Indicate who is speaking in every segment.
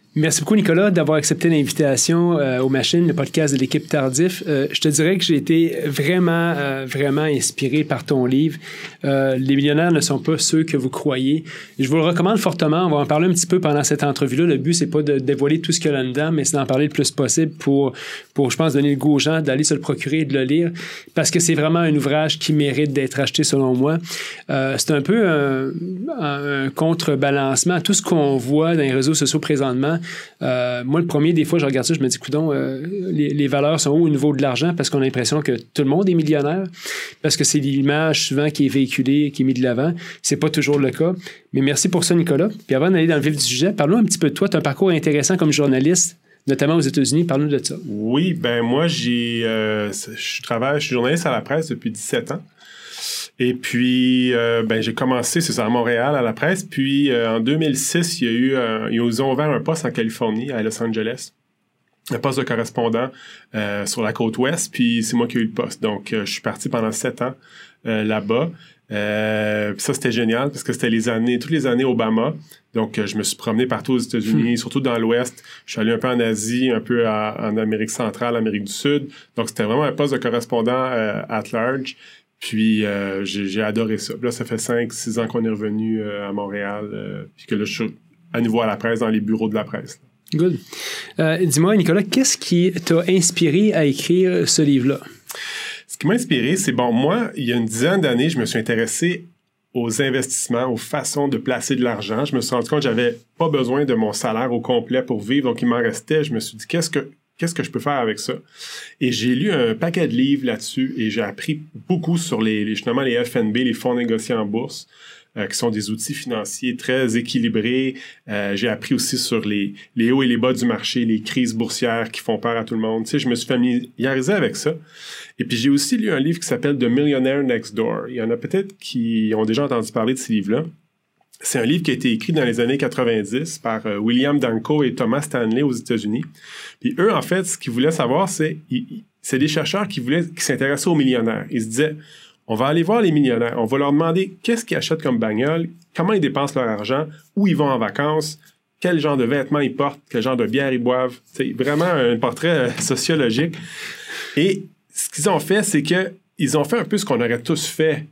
Speaker 1: Merci beaucoup, Nicolas, d'avoir accepté l'invitation aux machines, le podcast de l'équipe Tardif. Je te dirais que j'ai été vraiment inspiré par ton livre. Les millionnaires ne sont pas ceux que vous croyez. Je vous le recommande fortement. On va en parler un petit peu pendant cette entrevue-là. Le but, c'est pas de dévoiler tout ce qu'il y a là-dedans, mais c'est d'en parler le plus possible pour, je pense, donner le goût aux gens d'aller se le procurer et de le lire, parce que c'est vraiment un ouvrage qui mérite d'être acheté, selon moi. C'est un peu un contrebalancement à tout ce qu'on voit dans les réseaux sociaux présentement. Moi, le premier, des fois, je regarde ça, je me dis, coudonc, les valeurs sont où au niveau de l'argent, parce qu'on a l'impression que tout le monde est millionnaire, parce que c'est l'image souvent qui est véhiculée, qui est mise de l'avant. C'est pas toujours le cas. Mais merci pour ça, Nicolas. Puis avant d'aller dans le vif du sujet, parle-nous un petit peu de toi. Tu as un parcours intéressant comme journaliste, notamment aux États-Unis. Parle-nous de ça.
Speaker 2: Oui, ben moi, je suis journaliste à la presse depuis 17 ans. Et puis, j'ai commencé, c'est ça, à Montréal, à la presse. Puis, en 2006, ils ont ouvert un poste en Californie, à Los Angeles. Un poste de correspondant sur la côte ouest. Puis, c'est moi qui ai eu le poste. Donc, je suis parti pendant 7 ans là-bas. Ça, c'était génial parce que c'était toutes les années Obama. Donc, je me suis promené partout aux États-Unis, surtout dans l'Ouest. Je suis allé un peu en Asie, un peu en Amérique centrale, Amérique du Sud. Donc, c'était vraiment un poste de correspondant at large. Puis, j'ai adoré ça. Puis là, ça fait 5-6 ans qu'on est revenu à Montréal. Puis que là, je suis à nouveau à la presse, dans les bureaux de la presse.
Speaker 1: Good. Dis-moi, Nicolas, qu'est-ce qui t'a inspiré à écrire ce livre-là?
Speaker 2: Ce qui m'a inspiré, c'est, moi, il y a une dizaine d'années, je me suis intéressé aux investissements, aux façons de placer de l'argent. Je me suis rendu compte que j'avais pas besoin de mon salaire au complet pour vivre. Donc, il m'en restait. Je me suis dit, qu'est-ce que je peux faire avec ça? Et j'ai lu un paquet de livres là-dessus et j'ai appris beaucoup sur justement les FNB, les fonds négociés en bourse, qui sont des outils financiers très équilibrés. J'ai appris aussi sur les hauts et les bas du marché, les crises boursières qui font peur à tout le monde. Tu sais, je me suis familiarisé avec ça. Et puis, j'ai aussi lu un livre qui s'appelle The Millionaire Next Door. Il y en a peut-être qui ont déjà entendu parler de ce livre-là. C'est un livre qui a été écrit dans les années 90 par William Danko et Thomas Stanley aux États-Unis. Puis eux, en fait, ce qu'ils voulaient savoir, c'est des chercheurs qui s'intéressaient aux millionnaires. Ils se disaient, on va aller voir les millionnaires, on va leur demander qu'est-ce qu'ils achètent comme bagnole, comment ils dépensent leur argent, où ils vont en vacances, quel genre de vêtements ils portent, quel genre de bière ils boivent. C'est vraiment un portrait sociologique. Et ce qu'ils ont fait, c'est qu'ils ont fait un peu ce qu'on aurait tous fait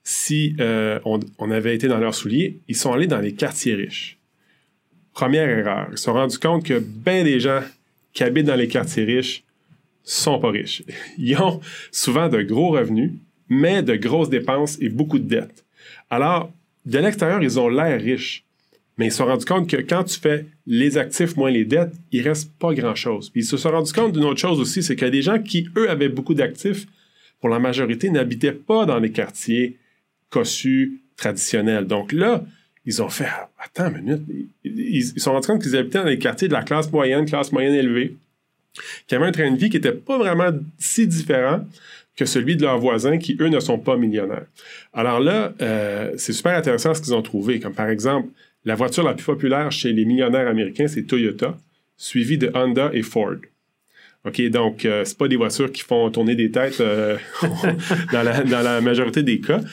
Speaker 2: si on avait été dans leurs souliers. Ils sont allés dans les quartiers riches. Première erreur, ils se sont rendus compte que bien des gens qui habitent dans les quartiers riches sont pas riches. Ils ont souvent de gros revenus, mais de grosses dépenses et beaucoup de dettes. Alors, de l'extérieur, ils ont l'air riches, mais ils se sont rendus compte que quand tu fais les actifs moins les dettes, il reste pas grand-chose. Puis ils se sont rendus compte d'une autre chose aussi, c'est qu'il y a des gens qui, eux, avaient beaucoup d'actifs, pour la majorité, n'habitaient pas dans les quartiers cossus, traditionnels. Donc là, ils ont fait « Attends une minute », ils se sont rendus compte qu'ils habitaient dans les quartiers de la classe moyenne élevée, qui avaient un train de vie qui n'était pas vraiment si différent que celui de leurs voisins qui, eux, ne sont pas millionnaires. Alors là, c'est super intéressant ce qu'ils ont trouvé. Comme par exemple, la voiture la plus populaire chez les millionnaires américains, c'est Toyota, suivie de Honda et Ford. OK, donc, c'est pas des voitures qui font tourner des têtes dans la majorité des cas.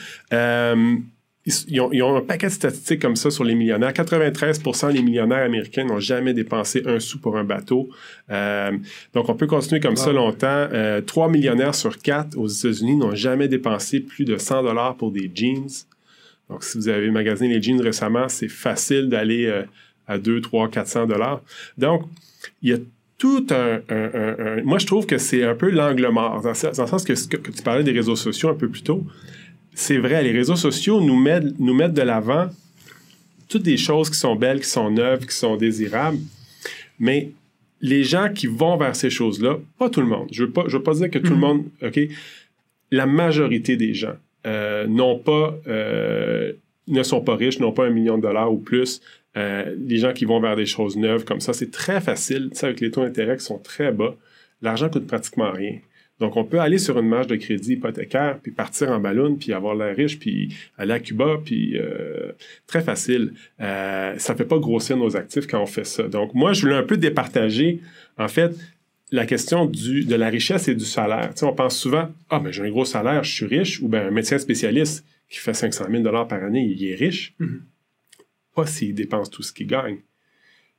Speaker 2: Ils ont un paquet de statistiques comme ça sur les millionnaires. 93% des millionnaires américains n'ont jamais dépensé un sou pour un bateau. Donc, on peut continuer comme ça longtemps. 3 millionnaires sur 4 aux États-Unis n'ont jamais dépensé plus de 100$ pour des jeans. Donc, si vous avez magasiné les jeans récemment, c'est facile d'aller à 2, 3, 400$. Donc, il y a tout moi, je trouve que c'est un peu l'angle mort, dans le sens que tu parlais des réseaux sociaux un peu plus tôt. C'est vrai, les réseaux sociaux nous mettent de l'avant toutes des choses qui sont belles, qui sont neuves, qui sont désirables, mais les gens qui vont vers ces choses-là, pas tout le monde. Je veux pas dire que tout le monde, OK? La majorité des gens ne sont pas riches, n'ont pas $1 million ou plus. Les gens qui vont vers des choses neuves comme ça, c'est très facile. Tu sais, avec les taux d'intérêt qui sont très bas, l'argent coûte pratiquement rien. Donc, on peut aller sur une marge de crédit hypothécaire, puis partir en ballon, puis avoir l'air riche, puis aller à Cuba, puis très facile. Ça ne fait pas grossir nos actifs quand on fait ça. Donc, moi, je voulais un peu départager, en fait, la question de la richesse et du salaire. Tu sais, on pense souvent, mais j'ai un gros salaire, je suis riche, ou bien un médecin spécialiste qui fait 500 000 $ par année, il est riche. Pas s'il dépense tout ce qu'il gagne.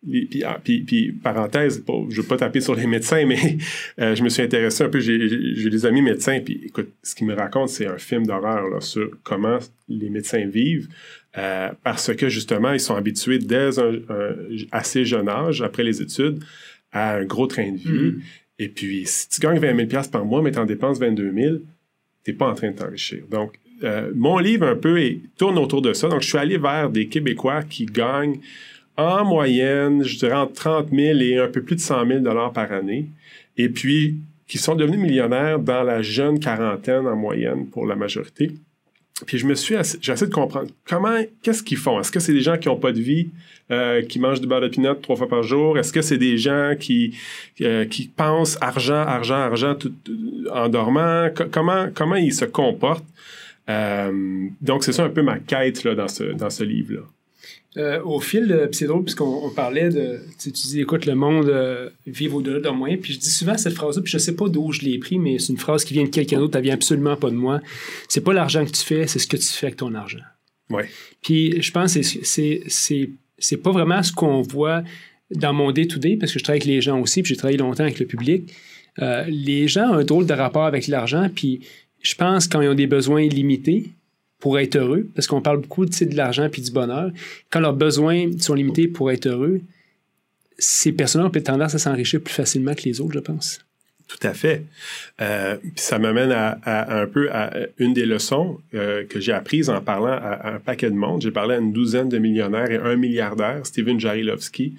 Speaker 2: Puis, parenthèse, je ne veux pas taper sur les médecins, mais je me suis intéressé un peu. J'ai des amis médecins, puis écoute, ce qu'ils me racontent, c'est un film d'horreur là, sur comment les médecins vivent, parce que justement, ils sont habitués dès un assez jeune âge, après les études, à un gros train de vie. Et puis, si tu gagnes 20 000 $ par mois, mais tu en dépenses 22 000, tu n'es pas en train de t'enrichir. Donc, mon livre, un peu, tourne autour de ça. Donc, je suis allé vers des Québécois qui gagnent en moyenne, je dirais entre 30 000 et un peu plus de 100 000 $ par année. Et puis, qui sont devenus millionnaires dans la jeune quarantaine en moyenne pour la majorité. Puis j'ai essayé de comprendre qu'est-ce qu'ils font. Est-ce que c'est des gens qui n'ont pas de vie, qui mangent du beurre de pinot 3 fois par jour? Est-ce que c'est des gens qui pensent argent tout, en dormant? Comment ils se comportent? Donc, c'est ça un peu ma quête là, dans ce livre-là.
Speaker 1: Au fil de... Puis c'est drôle, puisqu'on parlait de... Tu dis, écoute, le monde vive au-delà de moi. Puis je dis souvent cette phrase-là, puis je sais pas d'où je l'ai pris, mais c'est une phrase qui vient de quelqu'un d'autre, elle vient absolument pas de moi. C'est pas l'argent que tu fais, c'est ce que tu fais avec ton argent.
Speaker 2: Ouais.
Speaker 1: Puis je pense que c'est pas vraiment ce qu'on voit dans mon day-to-day, parce que je travaille avec les gens aussi, puis j'ai travaillé longtemps avec le public. Les gens ont un drôle de rapport avec l'argent, puis je pense quand ils ont des besoins limités, pour être heureux, parce qu'on parle beaucoup de l'argent puis du bonheur. Quand leurs besoins sont limités pour être heureux, ces personnes-là ont peut-être tendance à s'enrichir plus facilement que les autres, je pense.
Speaker 2: Tout à fait. Puis ça m'amène à un peu à une des leçons que j'ai apprises en parlant à un paquet de monde. J'ai parlé à une douzaine de millionnaires et un milliardaire, Steven Jarilovsky,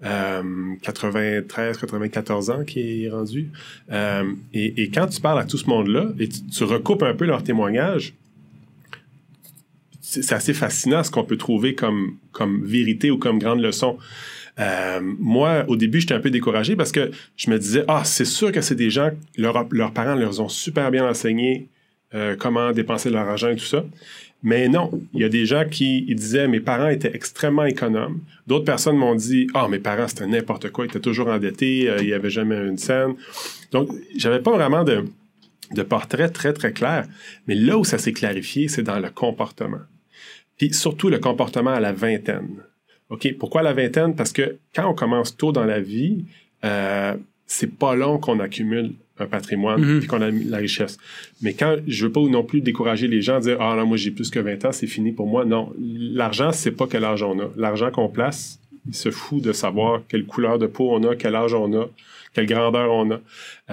Speaker 2: 93-94 ans qui est rendu. Et quand tu parles à tout ce monde-là et tu recoupes un peu leurs témoignages, c'est assez fascinant ce qu'on peut trouver comme vérité ou comme grande leçon. Moi, au début, j'étais un peu découragé parce que je me disais, c'est sûr que c'est des gens, leurs parents leur ont super bien enseigné comment dépenser leur argent et tout ça. Mais non, il y a des gens qui disaient, mes parents étaient extrêmement économes. D'autres personnes m'ont dit, mes parents, c'était n'importe quoi, ils étaient toujours endettés, il n'y avait jamais une scène. Donc, j'avais pas vraiment de portrait très, très clair. Mais là où ça s'est clarifié, c'est dans le comportement. Puis surtout le comportement à la vingtaine. OK? Pourquoi à la vingtaine? Parce que quand on commence tôt dans la vie, c'est pas long qu'on accumule un patrimoine puis qu'on a la richesse. Mais quand je veux pas non plus décourager les gens, dire « non, moi j'ai plus que 20 ans, c'est fini pour moi ». Non, l'argent, c'est pas quel âge on a. L'argent qu'on place, il se fout de savoir quelle couleur de peau on a, quel âge on a, quelle grandeur on a.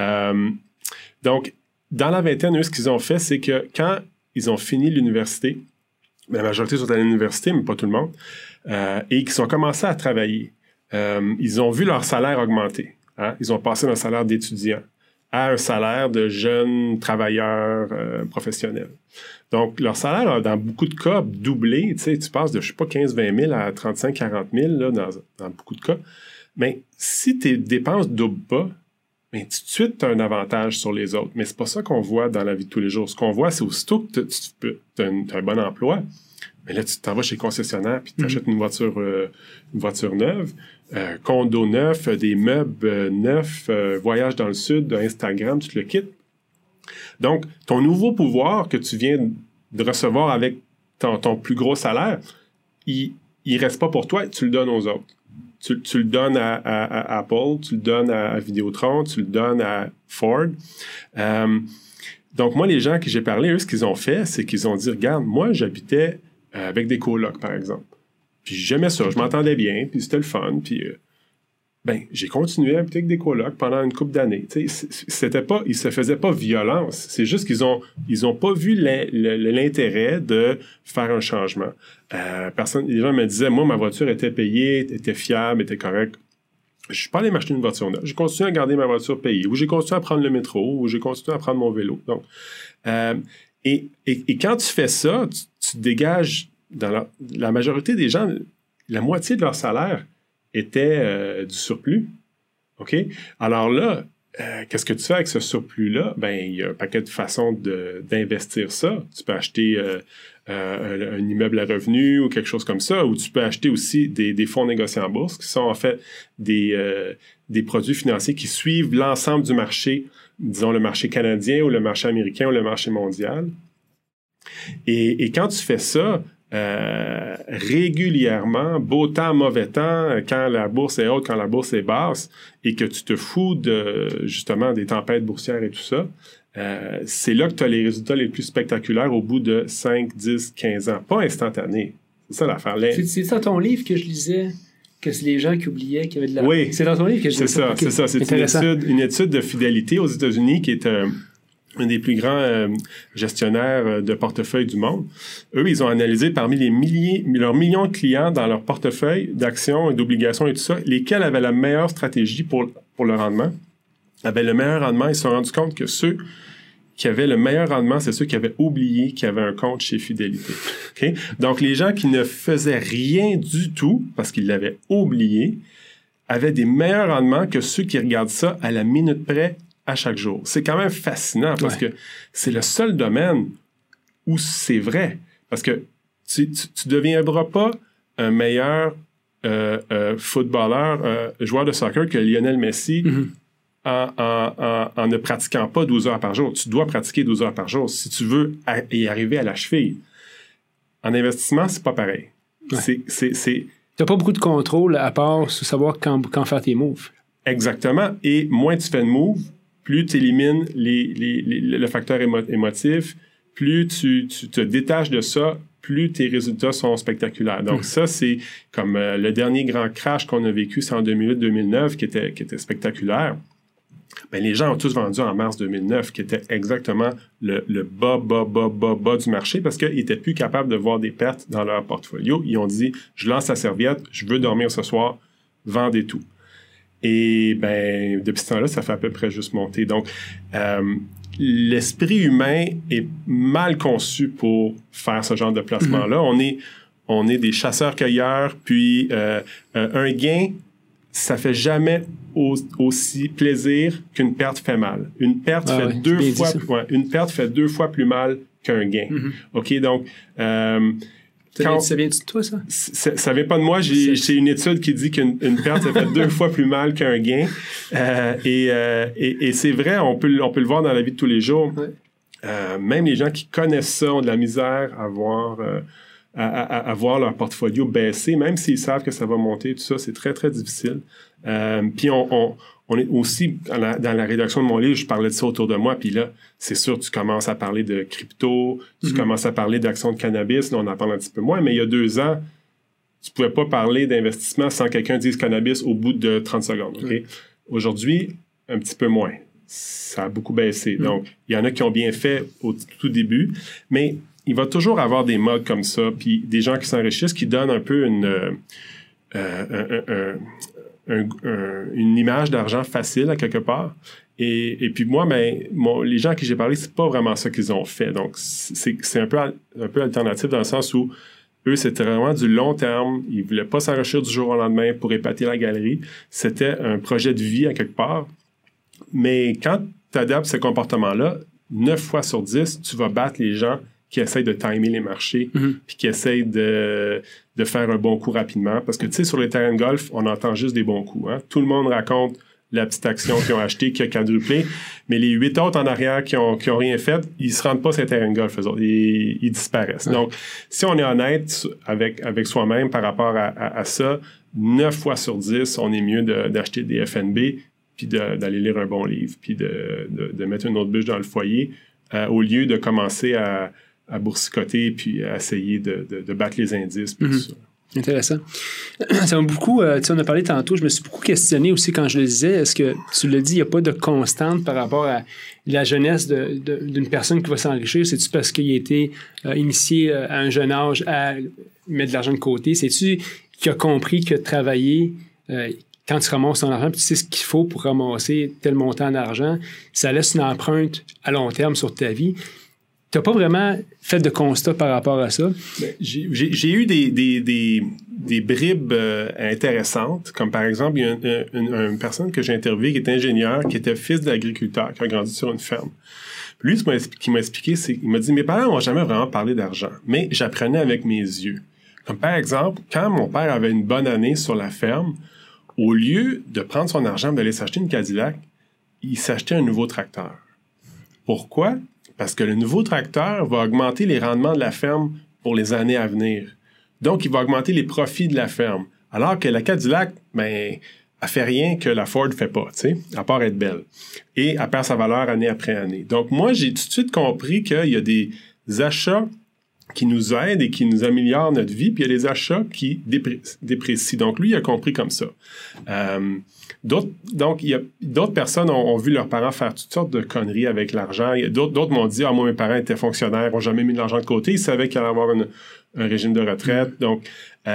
Speaker 2: Donc, dans la vingtaine, eux, ce qu'ils ont fait, c'est que quand ils ont fini l'université, la majorité sont à l'université, mais pas tout le monde, et qu'ils ont commencé à travailler. Ils ont vu leur salaire augmenter. Hein? Ils ont passé d'un salaire d'étudiant à un salaire de jeunes travailleurs professionnels. Donc, leur salaire a, dans beaucoup de cas, doublé. Tu passes de, 15-20 000 à 35-40 000 là, dans beaucoup de cas. Mais si tes dépenses ne doublent pas, tout de suite, tu as un avantage sur les autres. Mais c'est pas ça qu'on voit dans la vie de tous les jours. Ce qu'on voit, c'est aussitôt que tu as un bon emploi, mais là, tu t'en vas chez le concessionnaire puis tu achètes une voiture neuve, condo neuf, des meubles neufs, voyage dans le sud, Instagram, tu te le quittes. Donc, ton nouveau pouvoir que tu viens de recevoir avec ton plus gros salaire, il reste pas pour toi, tu le donnes aux autres. Tu le donnes à Apple, tu le donnes à Vidéotron, tu le donnes à Ford. Donc, moi, les gens que j'ai parlé, eux, ce qu'ils ont fait, c'est qu'ils ont dit, regarde, moi, j'habitais avec des colocs, par exemple. Puis j'aimais ça, je m'entendais bien, puis c'était le fun, puis j'ai continué à habiter avec des colocs pendant une couple d'années. Ils se faisaient pas violence. C'est juste qu'ils ont pas vu l'intérêt de faire un changement. Les gens me disaient, moi, ma voiture était payée, était fiable, était correcte. Je suis pas allé m'acheter une voiture neuve. J'ai continué à garder ma voiture payée, ou j'ai continué à prendre le métro, ou j'ai continué à prendre mon vélo. Donc, et quand tu fais ça, tu dégages, dans la majorité des gens, la moitié de leur salaire était du surplus. OK? Alors là, qu'est-ce que tu fais avec ce surplus-là? Il y a un paquet de façons d'investir ça. Tu peux acheter un immeuble à revenus ou quelque chose comme ça, ou tu peux acheter aussi des fonds négociés en bourse, qui sont en fait des produits financiers qui suivent l'ensemble du marché, disons le marché canadien ou le marché américain ou le marché mondial. Et quand tu fais ça, régulièrement, beau temps, mauvais temps, quand la bourse est haute, quand la bourse est basse, et que tu te fous justement des tempêtes boursières et tout ça, c'est là que tu as les résultats les plus spectaculaires au bout de 5, 10, 15 ans. Pas instantané. C'est ça l'affaire.
Speaker 1: C'est dans ton livre que je lisais que c'est les gens qui oubliaient qu'il y avait de la...
Speaker 2: Oui.
Speaker 1: C'est dans ton livre que je lisais
Speaker 2: ça. Okay. C'est ça. C'est une étude de fidélité aux États-Unis qui est un des plus grands gestionnaires de portefeuille du monde. Eux, ils ont analysé parmi leurs millions de clients dans leur portefeuille d'actions et d'obligations et tout ça, lesquels avaient la meilleure stratégie pour le rendement, avaient le meilleur rendement. Ils se sont rendus compte que ceux qui avaient le meilleur rendement, c'est ceux qui avaient oublié qu'ils avaient un compte chez Fidélité. Okay? Donc, les gens qui ne faisaient rien du tout, parce qu'ils l'avaient oublié, avaient des meilleurs rendements que ceux qui regardent ça à la minute près à chaque jour. C'est quand même fascinant parce que c'est le seul domaine où c'est vrai. Parce que tu ne deviendras pas un meilleur footballeur, joueur de soccer que Lionel Messi en ne pratiquant pas 12 heures par jour. Tu dois pratiquer 12 heures par jour si tu veux y arriver à la cheville. En investissement, c'est pas pareil.
Speaker 1: Ouais. Tu n'as pas beaucoup de contrôle à part sur savoir quand faire tes moves.
Speaker 2: Exactement. Et moins tu fais de moves, plus tu élimines le facteur émotif, plus tu te détaches de ça, plus tes résultats sont spectaculaires. Donc ça, c'est comme le dernier grand crash qu'on a vécu, c'est en 2008-2009, qui était spectaculaire. Ben, les gens ont tous vendu en mars 2009, qui était exactement le bas du marché parce qu'ils n'étaient plus capables de voir des pertes dans leur portfolio. Ils ont dit, je lance la serviette, je veux dormir ce soir, vendez tout. Et ben, depuis ce temps-là, ça fait à peu près juste monter. Donc, l'esprit humain est mal conçu pour faire ce genre de placement-là. On est des chasseurs-cueilleurs, puis un gain, ça fait jamais aussi plaisir qu'une perte fait mal. Une perte fait deux fois plus mal qu'un gain. OK, donc...
Speaker 1: ça vient de toi, ça?
Speaker 2: Ça vient pas de moi. J'ai une étude qui dit qu'une perte, ça fait 2 fois plus mal qu'un gain. Et c'est vrai, on peut le voir dans la vie de tous les jours. Ouais. Même les gens qui connaissent ça ont de la misère à voir leur portfolio baisser, même s'ils savent que ça va monter, tout ça, c'est très, très difficile. Puis on est aussi, dans la rédaction de mon livre, je parlais de ça autour de moi, puis là, c'est sûr, tu commences à parler de crypto, tu commences à parler d'actions de cannabis, là, on en parle un petit peu moins, mais il y a 2 ans, tu pouvais pas parler d'investissement sans quelqu'un dise cannabis au bout de 30 secondes. Okay? Aujourd'hui, un petit peu moins. Ça a beaucoup baissé. Donc, il y en a qui ont bien fait au tout début, mais il va toujours avoir des modes comme ça, puis des gens qui s'enrichissent, qui donnent un peu une image d'argent facile à quelque part. Et puis moi, les gens à qui j'ai parlé, c'est pas vraiment ça qu'ils ont fait. Donc, c'est un peu alternatif dans le sens où eux, c'était vraiment du long terme. Ils voulaient pas s'enrichir du jour au lendemain pour épater la galerie. C'était un projet de vie à quelque part. Mais quand tu adaptes ce comportement-là, 9 fois sur 10, tu vas battre les gens qui essayent de timer les marchés, puis qui essayent de faire un bon coup rapidement. Parce que, tu sais, sur les terrains de golf, on entend juste des bons coups. Hein? Tout le monde raconte la petite action qu'ils ont achetée, qui a quadruplé, mais les 8 autres en arrière qui ont rien fait, ils se rendent pas sur les terrains de golf, eux autres. Ils disparaissent. Ouais. Donc, si on est honnête avec soi-même par rapport à ça, 9 fois sur 10, on est mieux d'acheter des FNB, puis d'aller lire un bon livre, puis de mettre une autre bûche dans le foyer, au lieu de commencer à boursicoter puis à essayer de battre les indices. Puis tout ça.
Speaker 1: Intéressant. Ça m'a beaucoup, on a parlé tantôt, je me suis beaucoup questionné aussi quand je le disais. Est-ce que tu l'as dit, il n'y a pas de constante par rapport à la jeunesse d'une personne qui va s'enrichir? C'est-tu parce qu'il a été initié à un jeune âge à mettre de l'argent de côté? C'est-tu qu'il a compris que travailler, quand tu ramasses ton argent, puis tu sais ce qu'il faut pour ramasser tel montant d'argent, ça laisse une empreinte à long terme sur ta vie? Tu n'as pas vraiment fait de constat par rapport à ça?
Speaker 2: J'ai eu des bribes intéressantes, comme par exemple, il y a une personne que j'ai interviewée qui est ingénieur, qui était fils d'agriculteur, qui a grandi sur une ferme. Puis lui, ce qu'il m'a expliqué, c'est qu'il m'a dit « Mes parents n'ont jamais vraiment parlé d'argent, mais j'apprenais avec mes yeux. » Comme par exemple, quand mon père avait une bonne année sur la ferme, au lieu de prendre son argent et d'aller s'acheter une Cadillac, il s'achetait un nouveau tracteur. Pourquoi? Parce que le nouveau tracteur va augmenter les rendements de la ferme pour les années à venir. Donc, il va augmenter les profits de la ferme. Alors que la Cadillac, ben, elle fait rien que la Ford fait pas, tu sais, à part être belle. Et elle perd sa valeur année après année. Donc, moi, j'ai tout de suite compris qu'il y a des achats qui nous aident et qui nous améliorent notre vie, puis il y a des achats qui déprécient. Donc, lui, il a compris comme ça. Donc, d'autres personnes ont vu leurs parents faire toutes sortes de conneries avec l'argent. D'autres m'ont dit, moi, mes parents étaient fonctionnaires, n'ont jamais mis de l'argent de côté. Ils savaient qu'il allait avoir un régime de retraite. Donc,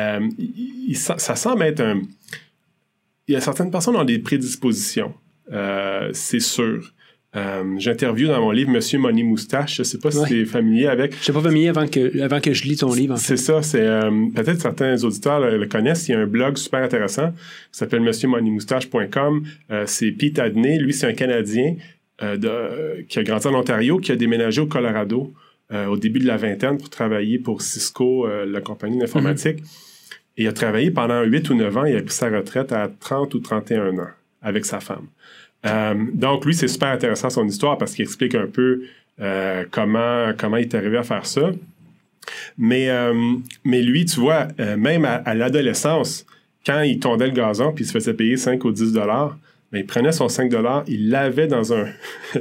Speaker 2: ça semble être un... Il y a certaines personnes qui ont des prédispositions, c'est sûr. J'interviewe dans mon livre Monsieur Money Moustache. Je ne sais pas si tu es familier avec.
Speaker 1: Je ne suis pas familier avant que je lis ton livre. En fait.
Speaker 2: C'est ça. Peut-être certains auditeurs le connaissent. Il y a un blog super intéressant qui s'appelle monsieurmoneymoustache.com. C'est Pete Adney. Lui, c'est un Canadien qui a grandi en Ontario, qui a déménagé au Colorado au début de la vingtaine pour travailler pour Cisco, la compagnie d'informatique. Et il a travaillé pendant 8 ou 9 ans. Il a pris sa retraite à 30 ou 31 ans avec sa femme. Donc, lui, c'est super intéressant son histoire parce qu'il explique un peu comment il est arrivé à faire ça. Mais lui, tu vois, même à l'adolescence, quand il tondait le gazon puis il se faisait payer 5 ou 10 $, ben, il prenait son 5 $, il l'avait dans un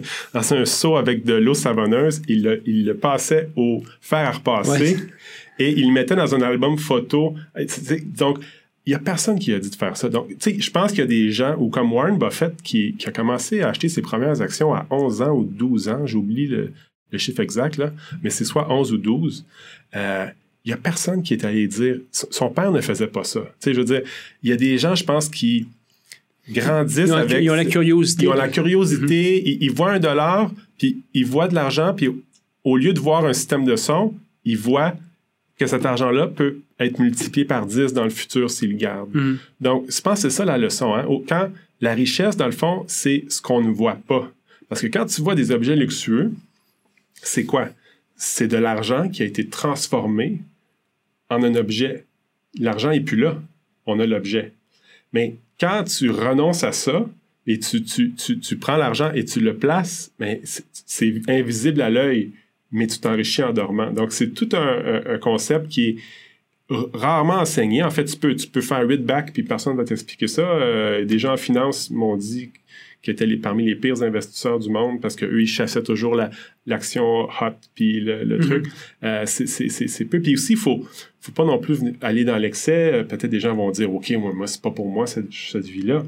Speaker 2: seau avec de l'eau savonneuse, il le passait au fer à repasser et il le mettait dans un album photo. Donc, il n'y a personne qui a dit de faire ça. Donc, tu sais, je pense qu'il y a des gens, ou comme Warren Buffett, qui a commencé à acheter ses premières actions à 11 ans ou 12 ans, j'oublie le chiffre exact, là, mais c'est soit 11 ou 12. Il n'y a personne qui est allé dire... Son père ne faisait pas ça. Tu sais, je veux dire, il y a des gens, je pense, qui grandissent avec...
Speaker 1: Ils ont la curiosité.
Speaker 2: Ils ont la curiosité. Ils voient $1, puis ils voient de l'argent, puis au lieu de voir un système de son, ils voient que cet argent-là peut être multiplié par 10 dans le futur s'il le garde. Donc, je pense que c'est ça la leçon. Hein? Quand la richesse, dans le fond, c'est ce qu'on ne voit pas. Parce que quand tu vois des objets luxueux, c'est quoi? C'est de l'argent qui a été transformé en un objet. L'argent n'est plus là. On a l'objet. Mais quand tu renonces à ça et tu prends l'argent et tu le places, mais c'est invisible à l'œil, mais tu t'enrichis en dormant. Donc, c'est tout un concept qui est rarement enseigné. En fait, tu peux faire 8 bacs puis personne ne va t'expliquer ça. Des gens en finance m'ont dit qu'ils étaient parmi les pires investisseurs du monde parce qu'eux, ils chassaient toujours l'action hot puis le truc. C'est peu. Puis aussi, il faut pas non plus aller dans l'excès. Peut-être des gens vont dire, OK, moi c'est pas pour moi cette vie-là.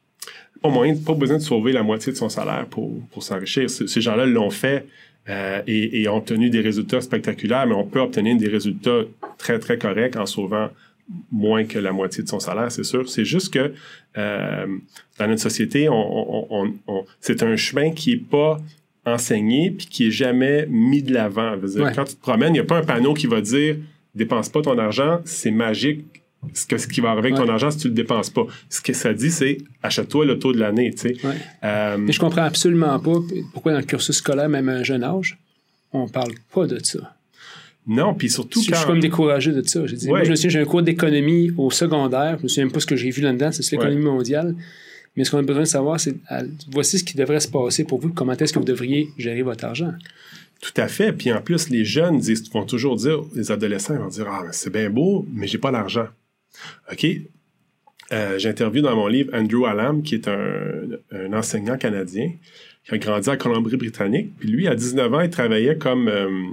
Speaker 2: Pas besoin de sauver la moitié de son salaire pour s'enrichir. Ces gens-là l'ont fait. Et ont obtenu des résultats spectaculaires, mais on peut obtenir des résultats très, très corrects en sauvant moins que la moitié de son salaire, c'est sûr. C'est juste que dans notre société, c'est un chemin qui n'est pas enseigné puis qui n'est jamais mis de l'avant. Quand tu te promènes, il n'y a pas un panneau qui va dire « Dépense pas ton argent, c'est magique ». Ce qui va arriver avec ton argent si tu le dépenses pas. Ce que ça dit, c'est achète-toi l'auto de l'année, tu sais.
Speaker 1: Mais je comprends absolument pas pourquoi dans le cursus scolaire, même à un jeune âge, on parle pas de ça.
Speaker 2: Non, puis surtout
Speaker 1: Je suis comme découragé de ça. Moi, je me souviens, j'ai un cours d'économie au secondaire. Je me souviens même pas ce que j'ai vu là-dedans, c'est l'économie mondiale. Mais ce qu'on a besoin de savoir, c'est voici ce qui devrait se passer pour vous, comment est-ce que vous devriez gérer votre argent.
Speaker 2: Tout à fait. Puis en plus, les jeunes vont toujours dire, les adolescents vont dire « Ah, c'est bien beau, mais j'ai pas l'argent. » OK? J'interviewe dans mon livre Andrew Hallam, qui est un enseignant canadien qui a grandi en Colombie-Britannique. Puis lui, à 19 ans, il travaillait comme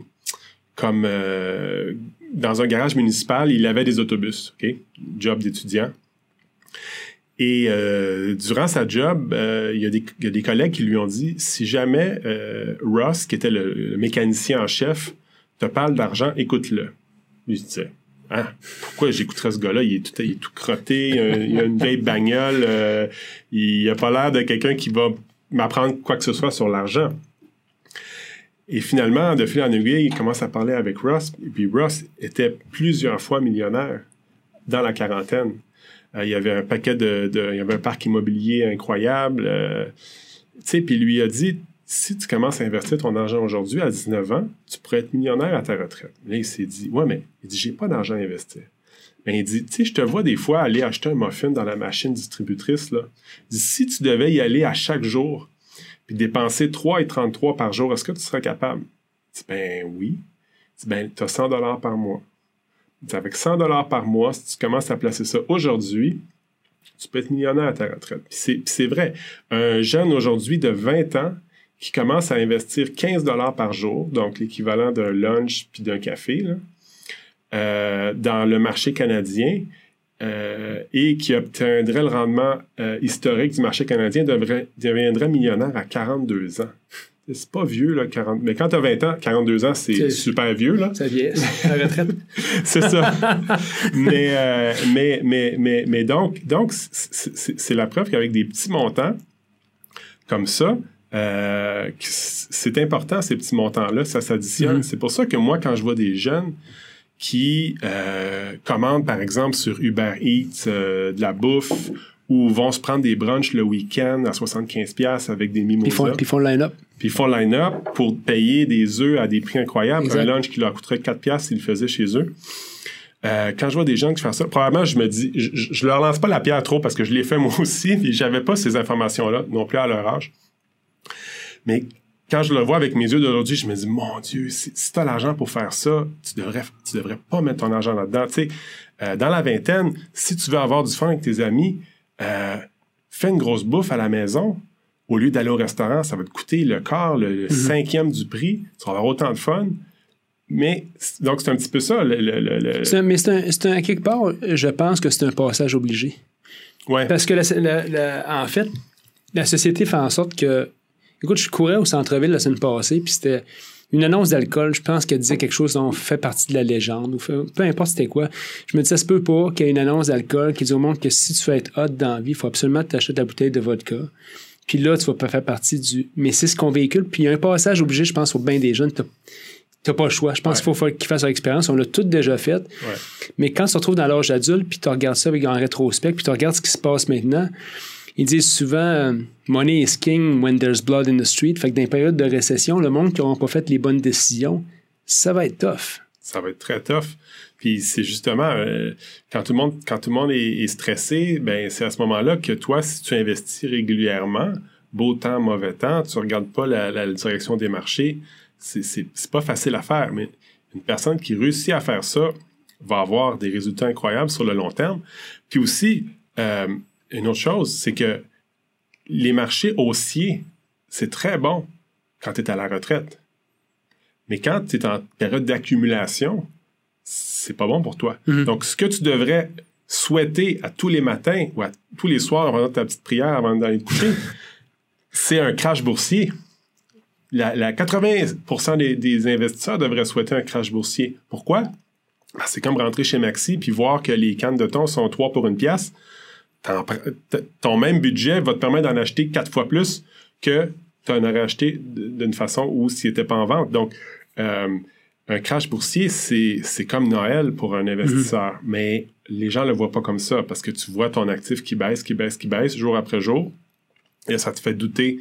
Speaker 2: dans un garage municipal. Il avait des autobus, OK? Job d'étudiant. Et durant sa job, il y a des collègues qui lui ont dit, si jamais Ross, qui était le mécanicien en chef, te parle d'argent, écoute-le. Lui, il se disait, ah, pourquoi j'écouterais ce gars-là? Il est tout crotté, il a une vieille bagnole, il a pas l'air de quelqu'un qui va m'apprendre quoi que ce soit sur l'argent. Et finalement, de fil en aiguille, il commence à parler avec Ross, et puis Ross était plusieurs fois millionnaire dans la quarantaine. Il y avait un paquet il y avait un parc immobilier incroyable, tu sais, puis il lui a dit, si tu commences à investir ton argent aujourd'hui, à 19 ans, tu pourrais être millionnaire à ta retraite. Là, il s'est dit, ouais, mais il dit, j'ai pas d'argent à investir. Mais il dit, tu sais, je te vois des fois aller acheter un muffin dans la machine distributrice, là. Il dit, si tu devais y aller à chaque jour, puis dépenser 3,33 par jour, est-ce que tu serais capable? Il dit, ben oui. Ben, tu as 100 $ par mois. Avec 100 $ par mois, si tu commences à placer ça aujourd'hui, tu peux être millionnaire à ta retraite. Puis c'est vrai. Un jeune aujourd'hui de 20 ans qui commence à investir 15 $ par jour, donc l'équivalent d'un lunch puis d'un café, là, dans le marché canadien, et qui obtiendrait le rendement historique du marché canadien, deviendrait millionnaire à 42 ans. C'est pas vieux, là, 40... Mais quand tu as 20 ans, 42 ans, c'est super vieux, là.
Speaker 1: Ça vieillit, la retraite.
Speaker 2: C'est ça. mais donc c'est la preuve qu'avec des petits montants comme ça, c'est important, ces petits montants-là, ça s'additionne. C'est pour ça que moi, quand je vois des jeunes qui commandent, par exemple, sur Uber Eats de la bouffe ou vont se prendre des brunchs le week-end à 75$ avec des mimosas.
Speaker 1: Puis ils font le line-up.
Speaker 2: Puis ils font le line-up pour payer des œufs à des prix incroyables.
Speaker 1: Exact.
Speaker 2: Un lunch qui leur coûterait 4$ s'ils le faisaient chez eux. Quand je vois des gens qui font ça, probablement, je me dis, je leur lance pas la pierre trop parce que je l'ai fait moi aussi, puis j'avais pas ces informations-là non plus à leur âge. Mais quand je le vois avec mes yeux d'aujourd'hui, je me dis, mon Dieu, si tu as l'argent pour faire ça, tu devrais pas mettre ton argent là-dedans. Tu sais, dans la vingtaine, si tu veux avoir du fun avec tes amis, fais une grosse bouffe à la maison. Au lieu d'aller au restaurant, ça va te coûter le quart, le cinquième du prix. Tu vas avoir autant de fun. Mais, donc, c'est un petit peu ça.
Speaker 1: Mais c'est un quelque part, je pense que c'est un passage obligé.
Speaker 2: Ouais.
Speaker 1: Parce que, en fait, la société fait en sorte que... Écoute, je courais au centre-ville la semaine passée, puis c'était une annonce d'alcool. Je pense qu'elle disait quelque chose dont fait partie de la légende, ou peu importe c'était quoi. Je me disais, ça se peut pas qu'il y ait une annonce d'alcool qui dit au monde que si tu veux être hot dans la vie, il faut absolument que tu achètes la bouteille de vodka. Puis là, tu vas pas faire partie du... Mais c'est ce qu'on véhicule. Puis il y a un passage obligé, je pense, pour bien des jeunes. T'as pas le choix. Je pense qu'il faut qu'ils fassent leur expérience. On l'a tout déjà fait.
Speaker 2: Ouais.
Speaker 1: Mais quand tu te retrouves dans l'âge adulte, puis tu regardes ça en rétrospect, puis tu regardes ce qui se passe maintenant, ils disent souvent « Money is king when there's blood in the street ». Fait que dans les périodes de récession, le monde qui n'aura pas fait les bonnes décisions, ça va être tough.
Speaker 2: Ça va être très tough. Puis c'est justement, quand tout le monde est stressé, ben c'est à ce moment-là que toi, si tu investis régulièrement, beau temps, mauvais temps, tu regardes pas la direction des marchés, c'est pas facile à faire. Mais une personne qui réussit à faire ça va avoir des résultats incroyables sur le long terme. Puis aussi, une autre chose, c'est que les marchés haussiers, c'est très bon quand tu es à la retraite. Mais quand tu es en période d'accumulation, c'est pas bon pour toi. Donc, ce que tu devrais souhaiter à tous les matins ou à tous les soirs avant ta petite prière, avant d'aller te coucher, c'est un crash boursier. 80% des investisseurs devraient souhaiter un crash boursier. Pourquoi? Ben, c'est comme rentrer chez Maxi puis voir que les cannes de thon sont 3 pour 1 pièce. Ton même budget va te permettre d'en acheter 4 fois plus que tu en aurais acheté d'une façon où s'il n'était pas en vente. Donc, un crash boursier, c'est comme Noël pour un investisseur. Mais les gens ne le voient pas comme ça parce que tu vois ton actif qui baisse jour après jour et ça te fait douter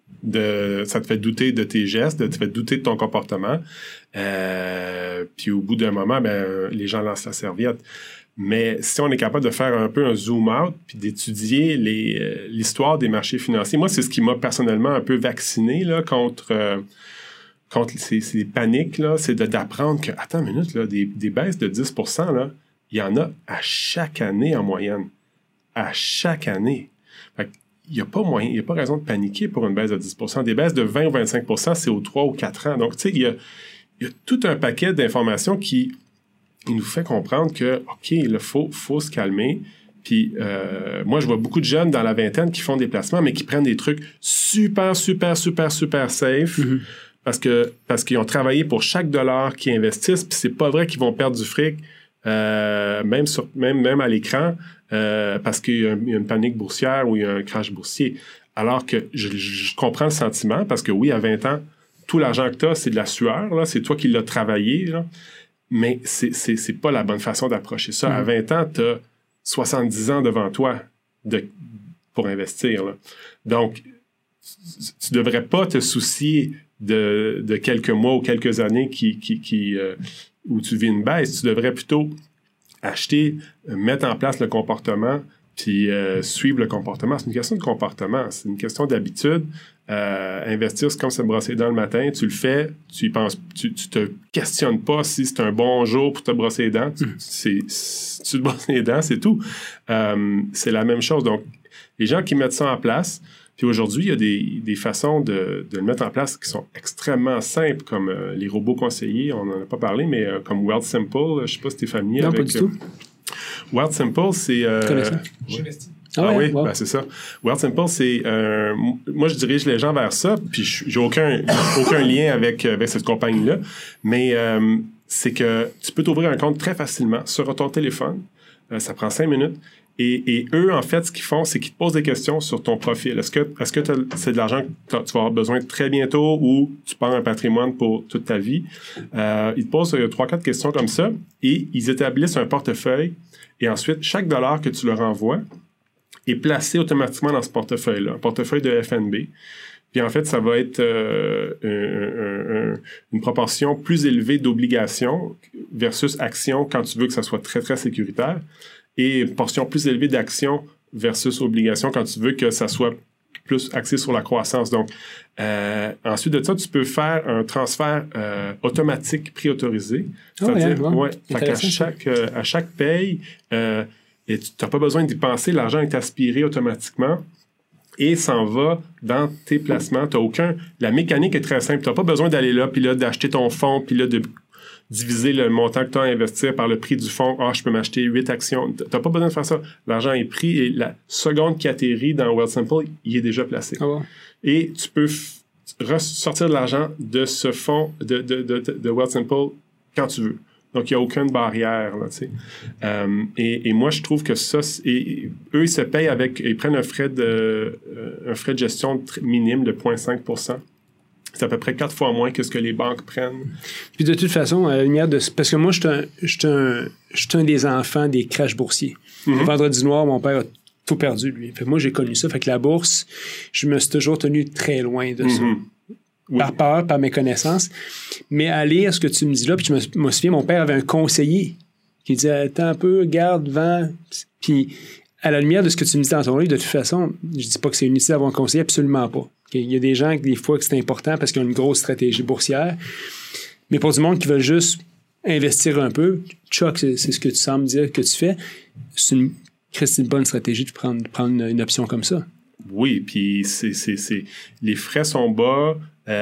Speaker 2: de tes gestes, ça te fait douter de ton comportement. Puis au bout d'un moment, ben, les gens lancent la serviette. Mais si on est capable de faire un peu un zoom out puis d'étudier l'histoire des marchés financiers, moi, c'est ce qui m'a personnellement un peu vacciné là, contre ces paniques, là, c'est d'apprendre que, attends une minute, là, des baisses de 10%, là, il y en a à chaque année en moyenne. À chaque année. Fait il n'y a pas moyen, il n'y a pas raison de paniquer pour une baisse de 10%. Des baisses de 20 ou 25%, c'est aux 3 ou 4 ans. Donc, tu sais, il y a tout un paquet d'informations qui nous fait comprendre que, OK, il faut se calmer. Puis, moi, je vois beaucoup de jeunes dans la vingtaine qui font des placements, mais qui prennent des trucs super, super, super, super safe parce qu'ils ont travaillé pour chaque dollar qu'ils investissent. Puis, c'est pas vrai qu'ils vont perdre du fric, même à l'écran, parce qu'il y a une panique boursière ou il y a un crash boursier. Alors que je comprends le sentiment parce que oui, à 20 ans, tout l'argent que tu as, c'est de la sueur, là, c'est toi qui l'as travaillé, là, mais c'est pas la bonne façon d'approcher ça. À 20 ans, tu as 70 ans devant toi pour investir. Là. Donc, tu devrais pas te soucier de quelques mois ou quelques années où tu vis une baisse. Tu devrais plutôt acheter, mettre en place le comportement Puis suivre le comportement, c'est une question de comportement, c'est une question d'habitude. Investir, c'est comme se brosser les dents le matin, tu le fais, tu y penses, tu te questionnes pas si c'est un bon jour pour te brosser les dents, tu te brosses les dents, c'est tout. C'est la même chose. Donc, les gens qui mettent ça en place, puis aujourd'hui, il y a des façons de le mettre en place qui sont extrêmement simples, comme les robots conseillers, on n'en a pas parlé, mais comme Wealthsimple, je ne sais pas si tu es familier
Speaker 1: non,
Speaker 2: avec...
Speaker 1: pas du tout.
Speaker 2: Wealthsimple, c'est...
Speaker 1: Je connais ça.
Speaker 3: J'investis.
Speaker 2: Oui,
Speaker 1: wow.
Speaker 2: ben c'est ça. Wealthsimple, c'est... moi, je dirige les gens vers ça, puis j'ai aucun lien avec cette compagnie-là, mais c'est que tu peux t'ouvrir un compte très facilement sur ton téléphone. Ça prend 5 minutes. Et eux, en fait, ce qu'ils font, c'est qu'ils te posent des questions sur ton profil. Est-ce que c'est de l'argent que tu vas avoir besoin très bientôt ou tu pars un patrimoine pour toute ta vie? Ils te posent 3-4 questions comme ça et ils établissent un portefeuille. Et ensuite, chaque dollar que tu leur envoies est placé automatiquement dans ce portefeuille-là, un portefeuille de FNB. Puis en fait, ça va être une proportion plus élevée d'obligations versus actions quand tu veux que ça soit très, très sécuritaire. Et une portion plus élevée d'actions versus obligations quand tu veux que ça soit plus axé sur la croissance. Donc, ensuite de ça, tu peux faire un transfert automatique préautorisé. C'est-à-dire, à chaque paye, et tu n'as pas besoin d'y penser, l'argent est aspiré automatiquement et s'en va dans tes placements. La mécanique est très simple. Tu n'as pas besoin d'aller là, puis là, d'acheter ton fonds, puis là, de diviser le montant que tu as à investir par le prix du fonds. Je peux m'acheter 8 actions. Tu n'as pas besoin de faire ça. L'argent est pris et la seconde qui atterrit dans Wealthsimple, il est déjà placé.
Speaker 1: Ah bon? Et
Speaker 2: tu peux sortir de l'argent de ce fonds de Wealthsimple quand tu veux. Donc, il n'y a aucune barrière. Là, et moi, je trouve que ça... eux, ils se payent ils prennent un frais de gestion minime de 0,5 %. C'est à peu près 4 fois moins que ce que les banques prennent.
Speaker 1: Puis de toute façon, à la lumière de... Parce que moi, je suis un des enfants des crashs boursiers. Le vendredi noir, mon père a tout perdu, lui. Fait que moi, j'ai connu ça. Fait que la bourse, je me suis toujours tenu très loin de ça. Oui. Par peur, par mes connaissances. Mais à lire ce que tu me dis là, puis je me souviens, mon père avait un conseiller qui disait « Attends un peu, garde, vends. » Puis à la lumière de ce que tu me dis dans ton livre, de toute façon, je dis pas que c'est inutile d'avoir un conseiller, absolument pas. Il y a des gens, des fois, que c'est important parce qu'ils ont une grosse stratégie boursière. Mais pour du monde qui veut juste investir un peu, Chuck, c'est ce que tu sembles dire que tu fais, c'est une bonne stratégie de prendre une option comme ça.
Speaker 2: Oui, puis les frais sont bas.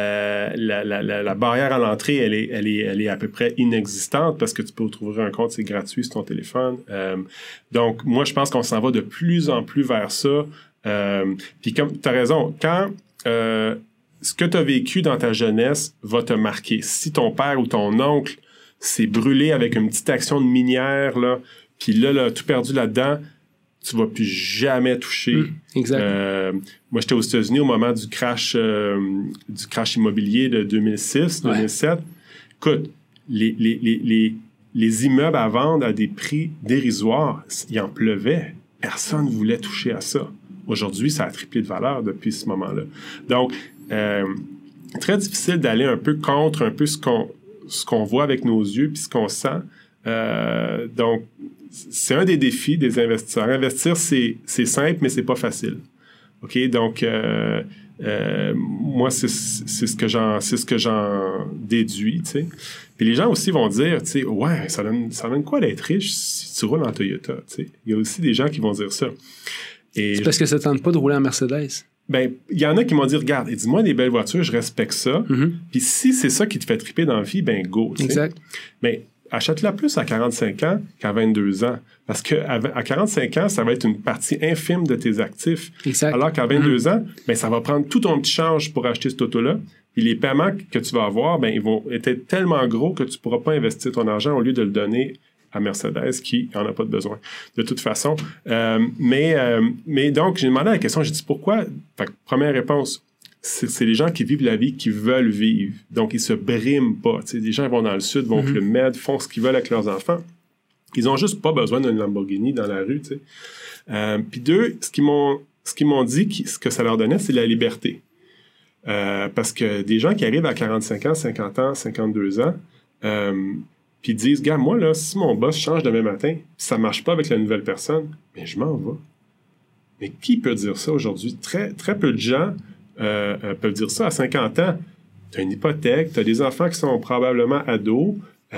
Speaker 2: La barrière à l'entrée, elle est à peu près inexistante parce que tu peux trouver un compte, c'est gratuit sur ton téléphone. Donc, moi, je pense qu'on s'en va de plus en plus vers ça. Puis comme tu as raison, quand ce que tu as vécu dans ta jeunesse va te marquer. Si ton père ou ton oncle s'est brûlé avec une petite action de minière, là, puis là, tout perdu là-dedans, tu vas plus jamais toucher.
Speaker 1: Exact.
Speaker 2: Moi, j'étais aux États-Unis au moment du crash immobilier de 2006-2007. Écoute, les immeubles à vendre à des prix dérisoires, il en pleuvait. Personne ne voulait toucher à ça. Aujourd'hui, ça a triplé de valeur depuis ce moment-là. Donc, très difficile d'aller un peu contre un peu ce qu'on voit avec nos yeux puis ce qu'on sent. Donc, c'est un des défis des investisseurs. Investir, c'est simple, mais c'est pas facile. OK? Donc, moi, c'est ce que j'en déduis, tu sais. Puis les gens aussi vont dire, tu sais, ouais, ça donne quoi d'être riche si tu roules en Toyota, tu sais. Il y a aussi des gens qui vont dire ça. Et
Speaker 1: c'est parce que ça ne tente pas de rouler en Mercedes.
Speaker 2: Ben, il y en a qui m'ont dit, regarde, dis-moi des belles voitures, je respecte ça. Puis si c'est ça qui te fait triper dans la vie, ben go.
Speaker 1: Exact.
Speaker 2: Mais achète-la plus à 45 ans qu'à 22 ans. Parce qu'à 45 ans, ça va être une partie infime de tes actifs.
Speaker 1: Exact.
Speaker 2: Alors qu'à 22 ans, ben, ça va prendre tout ton petit change pour acheter cette auto-là. Puis les paiements que tu vas avoir, ben, ils vont être tellement gros que tu ne pourras pas investir ton argent au lieu de le donner à Mercedes qui n'en a pas de besoin, de toute façon. Mais donc, j'ai demandé la question, j'ai dit pourquoi? Fait que, première réponse, c'est les gens qui vivent la vie qui veulent vivre. Donc, ils se briment pas. T'sais, des gens vont dans le sud, vont au Club Med, font ce qu'ils veulent avec leurs enfants. Ils ont juste pas besoin d'une Lamborghini dans la rue. Puis deux, ce qu'ils m'ont dit, ce que ça leur donnait, c'est la liberté. Parce que des gens qui arrivent à 45 ans, 50 ans, 52 ans, puis disent, gars, moi, là, si mon boss change demain matin, puis ça marche pas avec la nouvelle personne, bien, je m'en vais. Mais qui peut dire ça aujourd'hui? Très, très peu de gens peuvent dire ça à 50 ans. Tu as une hypothèque, tu as des enfants qui sont probablement ados.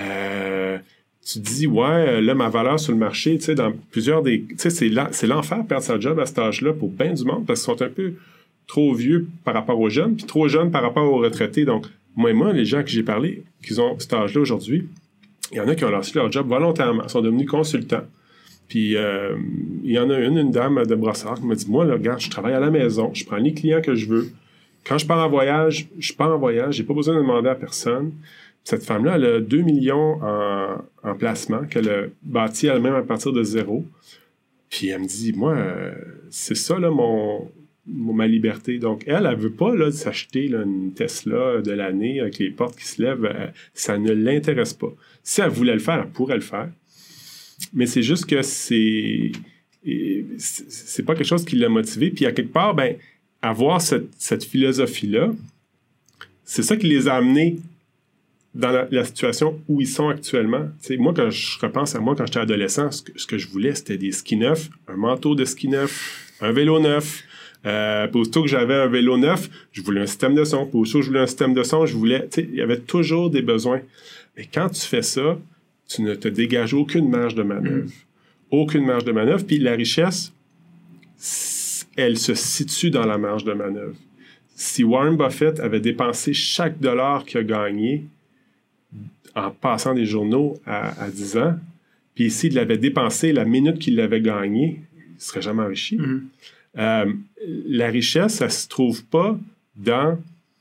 Speaker 2: Tu te dis, ouais, là, ma valeur sur le marché, tu sais, dans plusieurs des... Tu sais, c'est l'enfer de perdre sa job à cet âge-là pour bien du monde parce qu'ils sont un peu trop vieux par rapport aux jeunes, puis trop jeunes par rapport aux retraités. Donc, moi, les gens que j'ai parlé, qui ont cet âge-là aujourd'hui, il y en a qui ont lancé leur job volontairement, sont devenus consultants. Puis, il y en a une dame de Brossard qui m'a dit, moi, là, regarde, je travaille à la maison, je prends les clients que je veux. Quand je pars en voyage, je pars en voyage, j'ai pas besoin de demander à personne. Cette femme-là, elle a 2 millions en placement qu'elle a bâti elle-même à partir de zéro. Puis elle me dit, moi, c'est ça, là, ma liberté. Donc, elle veut pas là, s'acheter là, une Tesla de l'année avec les portes qui se lèvent. Ça ne l'intéresse pas. Si elle voulait le faire, elle pourrait le faire. Mais c'est juste que c'est pas quelque chose qui l'a motivé. Puis à quelque part, ben, avoir cette philosophie-là, c'est ça qui les a amenés dans la situation où ils sont actuellement. T'sais, moi, quand je repense à moi quand j'étais adolescent, ce que je voulais, c'était des skis neufs, un manteau de ski neuf, un vélo neuf. Puis aussitôt que j'avais un vélo neuf, je voulais un système de son. Puis aussitôt que je voulais un système de son, il y avait toujours des besoins. Mais quand tu fais ça, tu ne te dégages aucune marge de manœuvre. Aucune marge de manœuvre. Puis la richesse, elle se situe dans la marge de manœuvre. Si Warren Buffett avait dépensé chaque dollar qu'il a gagné en passant des journaux à 10 ans, puis s'il l'avait dépensé la minute qu'il l'avait gagné, il ne serait jamais enrichi. La richesse, ça ne se trouve pas dans...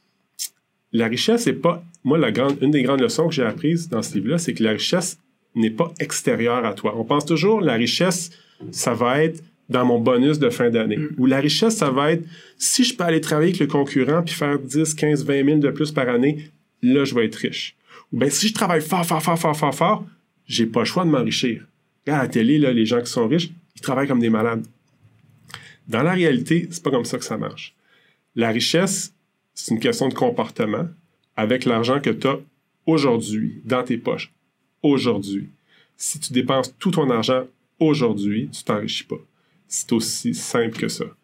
Speaker 2: La richesse n'est pas... Moi, une des grandes leçons que j'ai apprises dans ce livre-là, c'est que la richesse n'est pas extérieure à toi. On pense toujours la richesse, ça va être dans mon bonus de fin d'année. Ou la richesse, ça va être si je peux aller travailler avec le concurrent puis faire 10, 15, 20 000 de plus par année, là, je vais être riche. Ou bien si je travaille fort, j'ai pas le choix de m'enrichir. Regarde à la télé, là, les gens qui sont riches, ils travaillent comme des malades. Dans la réalité, c'est pas comme ça que ça marche. La richesse, c'est une question de comportement avec l'argent que tu as aujourd'hui, dans tes poches. Aujourd'hui. Si tu dépenses tout ton argent aujourd'hui, tu t'enrichis pas. C'est aussi simple que ça.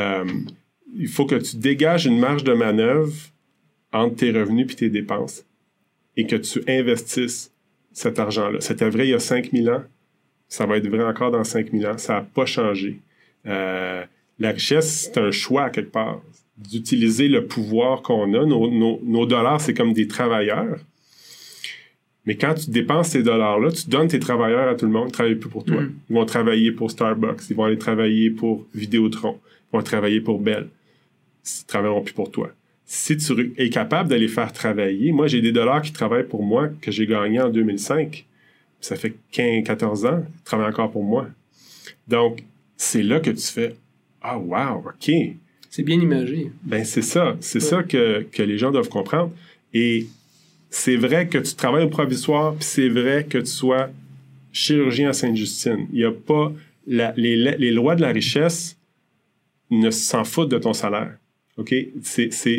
Speaker 2: Il faut que tu dégages une marge de manœuvre entre tes revenus et tes dépenses et que tu investisses cet argent-là. C'était vrai il y a 5000 ans, ça va être vrai encore dans 5000 ans. Ça n'a pas changé. La richesse, c'est un choix à quelque part d'utiliser le pouvoir qu'on a. Nos dollars, c'est comme des travailleurs. Mais quand tu dépenses ces dollars-là, tu donnes tes travailleurs à tout le monde, ils ne travaillent plus pour toi. Ils vont travailler pour Starbucks, ils vont aller travailler pour Vidéotron, ils vont travailler pour Bell. Ils ne travailleront plus pour toi. Si tu es capable de les faire travailler, moi, j'ai des dollars qui travaillent pour moi que j'ai gagnés en 2005. Ça fait 14 ans, ils travaillent encore pour moi. Donc, c'est là que tu fais « Ah, wow, OK. »
Speaker 1: C'est bien imagé.
Speaker 2: Ben c'est ça. C'est ça que les gens doivent comprendre. Et c'est vrai que tu travailles au provisoire, puis c'est vrai que tu sois chirurgien à Sainte-Justine. Il n'y a pas... les lois de la richesse ne s'en foutent de ton salaire. OK? C'est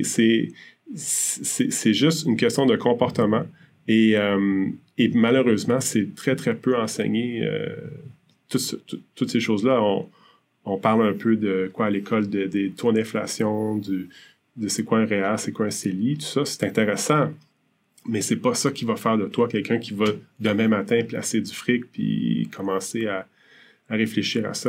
Speaker 2: juste une question de comportement. Et malheureusement, c'est très, très peu enseigné. Toutes ces choses-là, on parle un peu de quoi à l'école, des taux d'inflation, de c'est quoi un REER, c'est quoi un CELI, tout ça, c'est intéressant. Mais c'est pas ça qui va faire de toi quelqu'un qui va demain matin placer du fric puis commencer à réfléchir à ça.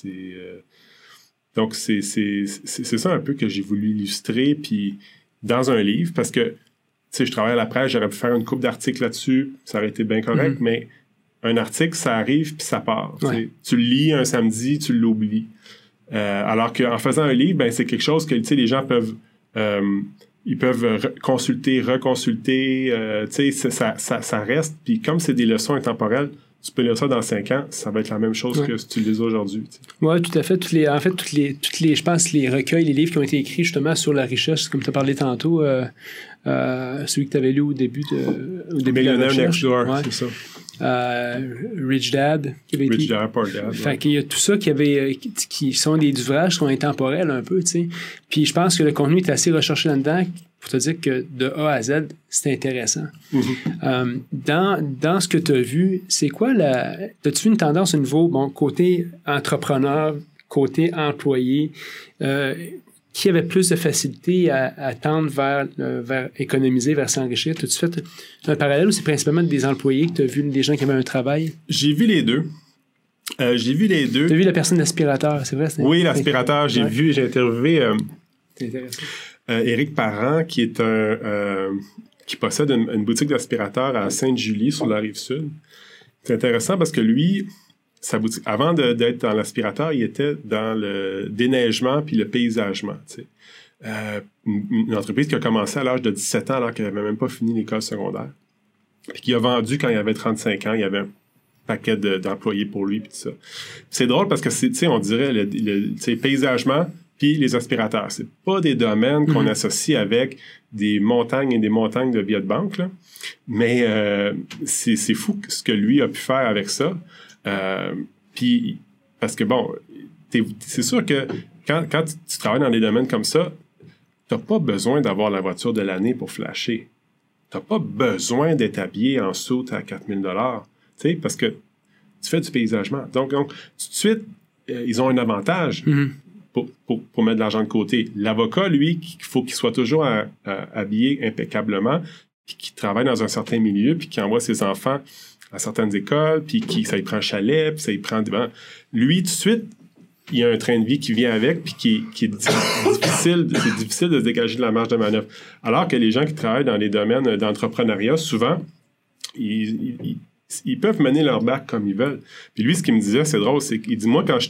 Speaker 2: Donc, c'est ça un peu que j'ai voulu illustrer puis dans un livre parce que je travaille à la presse, j'aurais pu faire une couple d'articles là-dessus, ça aurait été bien correct, mais un article, ça arrive puis ça part. Ouais. Tu le lis un samedi, tu l'oublies. Alors qu'en faisant un livre, ben, c'est quelque chose que les gens peuvent... ils peuvent consulter, reconsulter, ça reste. Puis comme c'est des leçons intemporelles, tu peux lire ça dans 5 ans, ça va être la même chose que si tu le lis aujourd'hui.
Speaker 1: Oui, tout à fait. Je pense, les recueils, les livres qui ont été écrits justement sur la richesse, comme tu as parlé tantôt, celui que tu avais lu au début de
Speaker 2: Millionaire
Speaker 1: la
Speaker 2: Next Door,
Speaker 1: ouais.
Speaker 2: C'est ça.
Speaker 1: Rich Dad.
Speaker 2: Rich Dad, Poor Dad.
Speaker 1: Fait qu'il y a tout ça qui sont des ouvrages qui sont intemporels un peu, tu sais. Puis je pense que le contenu est assez recherché là-dedans pour te dire que de A à Z, c'est intéressant. Dans ce que tu as vu, c'est quoi t'as-tu vu une tendance au niveau, côté entrepreneur, côté employé, qui avait plus de facilité à tendre vers économiser, vers s'enrichir? As-tu fait un parallèle ou c'est principalement des employés que tu as vu, des gens qui avaient un travail?
Speaker 2: J'ai vu les deux. Tu as vu la
Speaker 1: personne d'aspirateur, c'est vrai?
Speaker 2: Oui, l'aspirateur. J'ai interviewé
Speaker 1: c'est intéressant.
Speaker 2: Éric Parent, qui est qui possède une boutique d'aspirateur à Sainte-Julie, sur la Rive-Sud. C'est intéressant parce que lui, sa boutique, avant d'être dans l'aspirateur, il était dans le déneigement puis le paysagement. Tu sais. Une entreprise qui a commencé à l'âge de 17 ans, alors qu'elle n'avait même pas fini l'école secondaire. Puis qui a vendu quand il avait 35 ans. Il y avait un paquet d'employés pour lui, puis tout ça. Puis c'est drôle parce que, tu sais, on dirait le paysagement puis les aspirateurs. C'est pas des domaines qu'on associe avec des montagnes et des montagnes de billets de banque, là. Mais c'est fou ce que lui a pu faire avec ça. Puis, parce que bon, c'est sûr que quand tu travailles dans des domaines comme ça, t'as pas besoin d'avoir la voiture de l'année pour flasher. T'as pas besoin d'être habillé en soute à 4 000 $, tu sais, parce que tu fais du paysagement. Donc tout de suite, ils ont un avantage pour mettre de l'argent de côté. L'avocat, lui, il faut qu'il soit toujours habillé impeccablement, puis qu'il travaille dans un certain milieu, puis qu'il envoie ses enfants à certaines écoles, puis ça y prend un chalet, puis ça y prend des... Lui, tout de suite, il y a un train de vie qui vient avec, puis qui est difficile, c'est difficile de se dégager de la marge de manœuvre. Alors que les gens qui travaillent dans les domaines d'entrepreneuriat, souvent, ils peuvent mener leur barque comme ils veulent. Puis lui, ce qu'il me disait, c'est drôle, c'est qu'il dit, moi, quand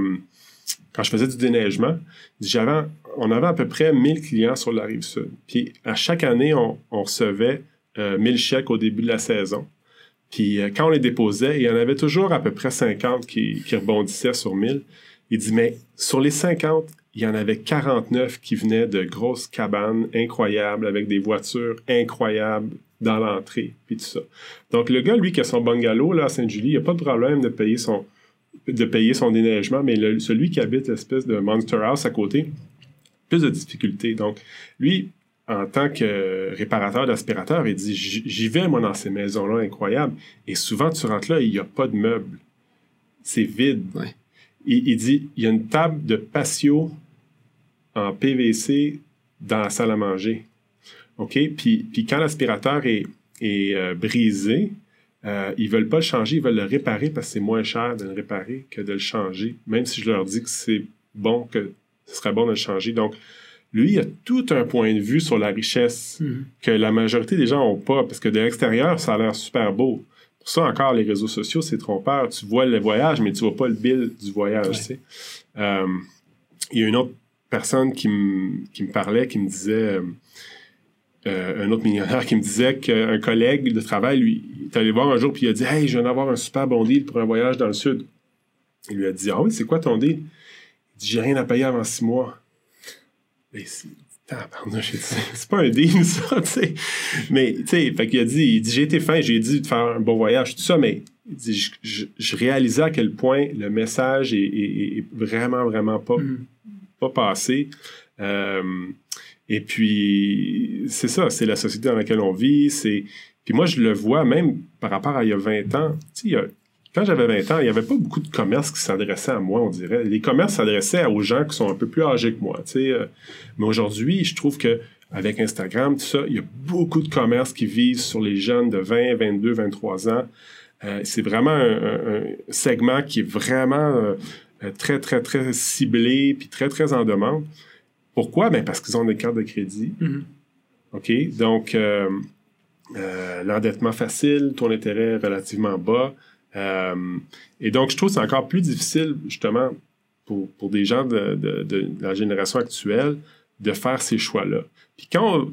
Speaker 2: je faisais du déneigement, on avait à peu près 1000 clients sur la Rive-Sud. Puis à chaque année, on recevait 1000 chèques au début de la saison. Puis quand on les déposait, il y en avait toujours à peu près 50 qui rebondissaient sur 1000. Il dit, mais sur les 50, il y en avait 49 qui venaient de grosses cabanes incroyables, avec des voitures incroyables dans l'entrée, puis tout ça. Donc le gars, lui, qui a son bungalow là, à Sainte-Julie, il n'a pas de problème de payer son déneigement, mais celui qui habite l'espèce de Monster House à côté, plus de difficultés. Donc lui, en tant que réparateur d'aspirateur, il dit, j'y vais, moi, dans ces maisons-là incroyables. Et souvent, tu rentres là, il n'y a pas de meubles. C'est vide.
Speaker 1: Ouais.
Speaker 2: Il dit, il y a une table de patio en PVC dans la salle à manger. OK? Puis quand l'aspirateur est brisé, ils veulent pas le changer, ils veulent le réparer parce que c'est moins cher de le réparer que de le changer. Même si je leur dis que c'est bon, que ce serait bon de le changer. Donc, lui, il a tout un point de vue sur la richesse que la majorité des gens n'ont pas, parce que de l'extérieur, ça a l'air super beau. Pour ça, encore, les réseaux sociaux, c'est trompeur. Tu vois le voyage, mais tu vois pas le bill du voyage. Ouais. Tu sais. Il y a une autre personne qui me parlait, qui me disait, un autre millionnaire qui me disait qu'un collègue de travail, lui, il est allé voir un jour, puis il a dit « Hey, je viens d'avoir un super bon deal pour un voyage dans le Sud. » Il lui a dit « Ah oui, c'est quoi ton deal? » Il dit « J'ai rien à payer avant 6 mois. » Mais c'est pas un deal, ça, tu sais. Mais, tu sais, fait qu'il a dit, j'ai été fin, j'ai dit de faire un bon voyage, tout ça, mais il dit, je réalisais à quel point le message est vraiment, vraiment pas passé. Et puis, c'est ça, c'est la société dans laquelle on vit, Puis moi, je le vois même par rapport à il y a 20 ans. Tu sais, quand j'avais 20 ans, il n'y avait pas beaucoup de commerces qui s'adressaient à moi, on dirait. Les commerces s'adressaient aux gens qui sont un peu plus âgés que moi, tu sais. Mais aujourd'hui, je trouve qu'avec Instagram, tout ça, il y a beaucoup de commerces qui visent sur les jeunes de 20, 22, 23 ans. C'est vraiment un segment qui est vraiment très, très, très ciblé puis très, très en demande. Pourquoi? Ben parce qu'ils ont des cartes de crédit. OK? Donc, l'endettement facile, taux d'intérêt relativement bas. Et donc, je trouve que c'est encore plus difficile, justement, pour des gens de la génération actuelle de faire ces choix-là. Puis quand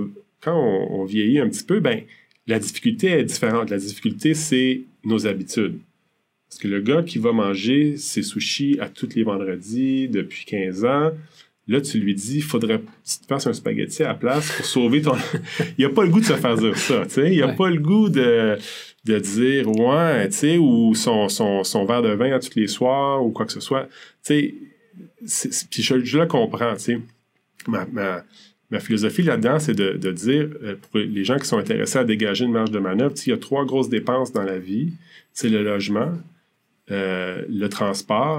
Speaker 2: on vieillit un petit peu, ben la difficulté est différente. La difficulté, c'est nos habitudes. Parce que le gars qui va manger ses sushis à tous les vendredis depuis 15 ans, là, tu lui dis, il faudrait que tu te fasses un spaghetti à la place pour sauver ton... Il n'a pas le goût de se faire dire ça, tu sais. Il n'a pas le goût de dire, ouais, tu sais, ou son verre de vin à tous les soirs, ou quoi que ce soit. Tu sais, puis je le comprends, tu sais. Ma philosophie là-dedans, c'est de dire, pour les gens qui sont intéressés à dégager une marge de manœuvre, il y a 3 grosses dépenses dans la vie. C'est le logement, le transport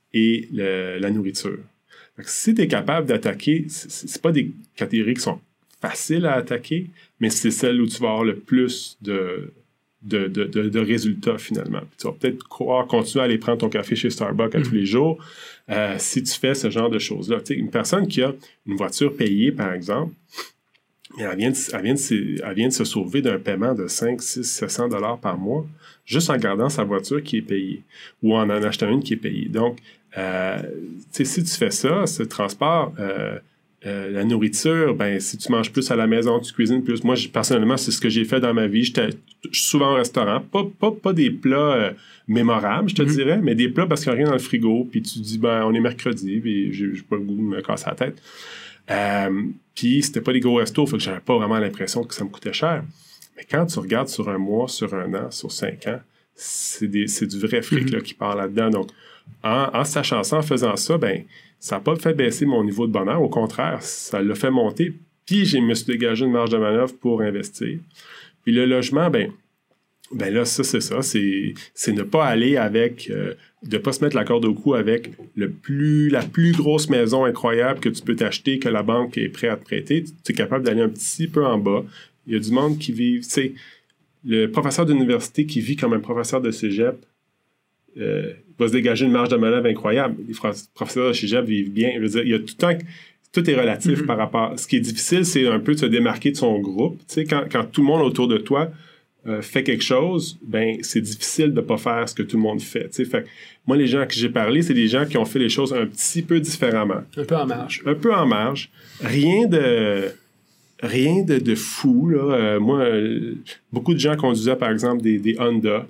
Speaker 2: et la nourriture. Donc, si tu es capable d'attaquer, c'est pas des catégories qui sont faciles à attaquer, mais c'est celles où tu vas avoir le plus de résultats finalement. Puis tu vas peut-être continuer à aller prendre ton café chez Starbucks à tous les jours si tu fais ce genre de choses-là. Tu sais, une personne qui a une voiture payée, par exemple, elle vient de se sauver d'un paiement de 5, 6, 700 $ par mois juste en gardant sa voiture qui est payée ou en achetant une qui est payée. Donc, si tu fais ça, ce transport, la nourriture, ben si tu manges plus à la maison, tu cuisines plus. Moi, personnellement, c'est ce que j'ai fait dans ma vie. Je suis souvent au restaurant. Pas des plats mémorables, je te dirais, mais des plats parce qu'il n'y a rien dans le frigo. Puis tu te dis, ben on est mercredi, puis j'ai pas le goût de me casser la tête. Puis c'était pas des gros restos, fait que j'avais pas vraiment l'impression que ça me coûtait cher. Mais quand tu regardes sur un mois, sur un an, sur 5 ans, c'est du vrai fric là, qui part là-dedans. Donc, en sachant ça, en faisant ça, ben ça n'a pas fait baisser mon niveau de bonheur. Au contraire, ça l'a fait monter. Puis, je me suis dégagé une marge de manœuvre pour investir. Puis, le logement, ben là, ça, c'est ça. C'est ne pas aller avec... de ne pas se mettre la corde au cou avec la plus grosse maison incroyable que tu peux t'acheter, que la banque est prête à te prêter. Tu es capable d'aller un petit peu en bas. Il y a du monde qui vit... Tu sais, le professeur d'université qui vit comme un professeur de cégep, va se dégager une marge de manœuvre incroyable. Les professeurs de cégep vivent bien. Je veux dire, il y a tout le temps... Tout est relatif par rapport... Ce qui est difficile, c'est un peu de se démarquer de son groupe. Tu sais, quand tout le monde autour de toi fait quelque chose, ben c'est difficile de ne pas faire ce que tout le monde fait. Tu sais, fait moi, les gens que j'ai parlé, c'est des gens qui ont fait les choses un petit peu différemment.
Speaker 1: Un peu en marge.
Speaker 2: Un peu en marge. Rien de fou, là. Moi, beaucoup de gens conduisaient, par exemple, des Honda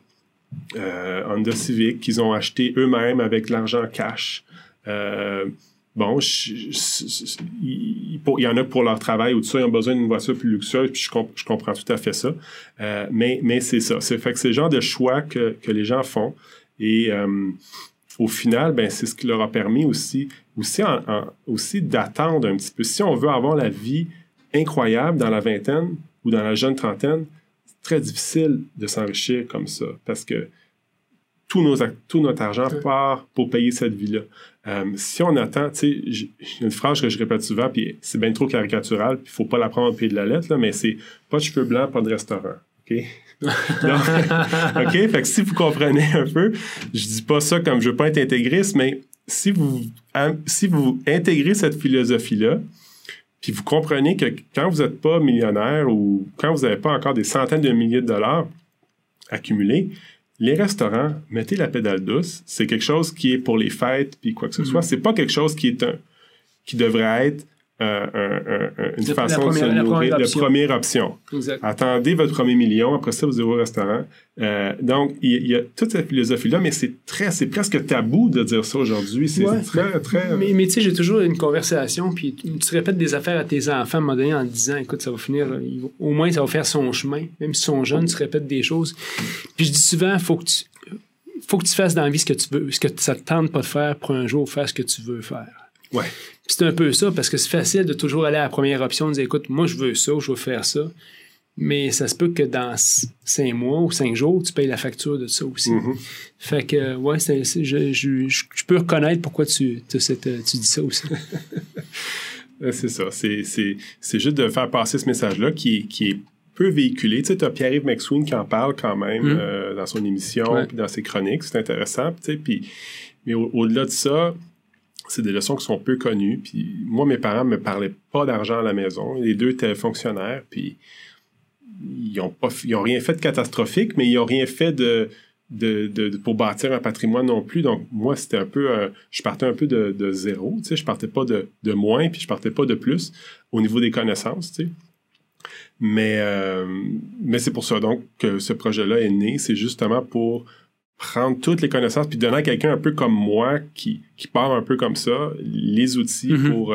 Speaker 2: Civic qu'ils ont acheté eux-mêmes avec l'argent cash. Bon, il y en a pour leur travail ou tout ça, ils ont besoin d'une voiture plus luxueuse, puis je comprends tout à fait ça. Mais c'est ça. Fait que c'est le genre de choix que les gens font. Et au final, ben, c'est ce qui leur a permis aussi d'attendre un petit peu. Si on veut avoir la vie incroyable dans la vingtaine ou dans la jeune trentaine, c'est très difficile de s'enrichir comme ça parce que tout notre argent part pour payer cette vie-là. Si on attend, tu sais, j'ai une phrase que je répète souvent, puis c'est bien trop caricatural, puis il ne faut pas la prendre au pied de la lettre, là, mais c'est pas de cheveux blancs, pas de restaurant. OK? Donc, OK? Fait que si vous comprenez un peu, je dis pas ça comme je veux pas être intégriste, mais si vous intégrez cette philosophie-là, puis vous comprenez que quand vous n'êtes pas millionnaire ou quand vous n'avez pas encore des centaines de milliers de dollars accumulés, les restaurants, mettez la pédale douce. C'est quelque chose qui est pour les fêtes puis quoi que ce soit. C'est pas quelque chose qui devrait être une façon de se nourrir, la première option.
Speaker 1: Exact.
Speaker 2: Attendez votre premier million, après ça, vous irez au restaurant. Donc, il y a toute cette philosophie-là, mais c'est presque tabou de dire ça aujourd'hui. C'est très...
Speaker 1: Mais tu sais, j'ai toujours une conversation, puis tu répètes des affaires à tes enfants à un moment donné en te disant, écoute, ça va finir, au moins, ça va faire son chemin. Même s'ils sont jeunes, tu répètes des choses. Puis je dis souvent, faut que tu fasses dans la vie ce que tu veux, ce que ça te tente pas de faire pour un jour faire ce que tu veux faire.
Speaker 2: Ouais.
Speaker 1: Puis c'est un peu ça, parce que c'est facile de toujours aller à la première option, de dire, écoute, moi, je veux ça, je veux faire ça. Mais ça se peut que dans 5 mois ou 5 jours, tu payes la facture de ça aussi. Fait que, ouais, je peux reconnaître pourquoi tu dis ça aussi.
Speaker 2: C'est ça. C'est juste de faire passer ce message-là qui est peu véhiculé. Tu sais, tu as Pierre-Yves McSween qui en parle quand même dans son émission puis dans ses chroniques. C'est intéressant. Tu sais, mais au-delà de ça, c'est des leçons qui sont peu connues. Puis moi, mes parents ne me parlaient pas d'argent à la maison. Les deux étaient fonctionnaires. Puis ils n'ont rien fait de catastrophique, mais ils n'ont rien fait pour bâtir un patrimoine non plus. Donc, moi, c'était un peu... je partais un peu de zéro. Tu sais, je partais pas de moins, puis je partais pas de plus au niveau des connaissances, tu sais. Mais c'est pour ça, donc, que ce projet-là est né. C'est justement pour prendre toutes les connaissances puis donner à quelqu'un un peu comme moi qui part un peu comme ça, les outils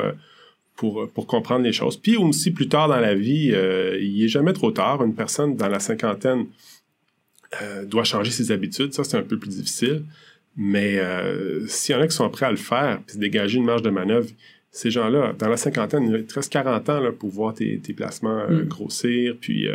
Speaker 2: pour comprendre les choses. Puis aussi, plus tard dans la vie, il n'est jamais trop tard. Une personne dans la cinquantaine doit changer ses habitudes. Ça, c'est un peu plus difficile. Mais s'il y en a qui sont prêts à le faire puis se dégager une marge de manœuvre, ces gens-là, dans la cinquantaine, il te reste 40 ans là, pour voir tes placements grossir, puis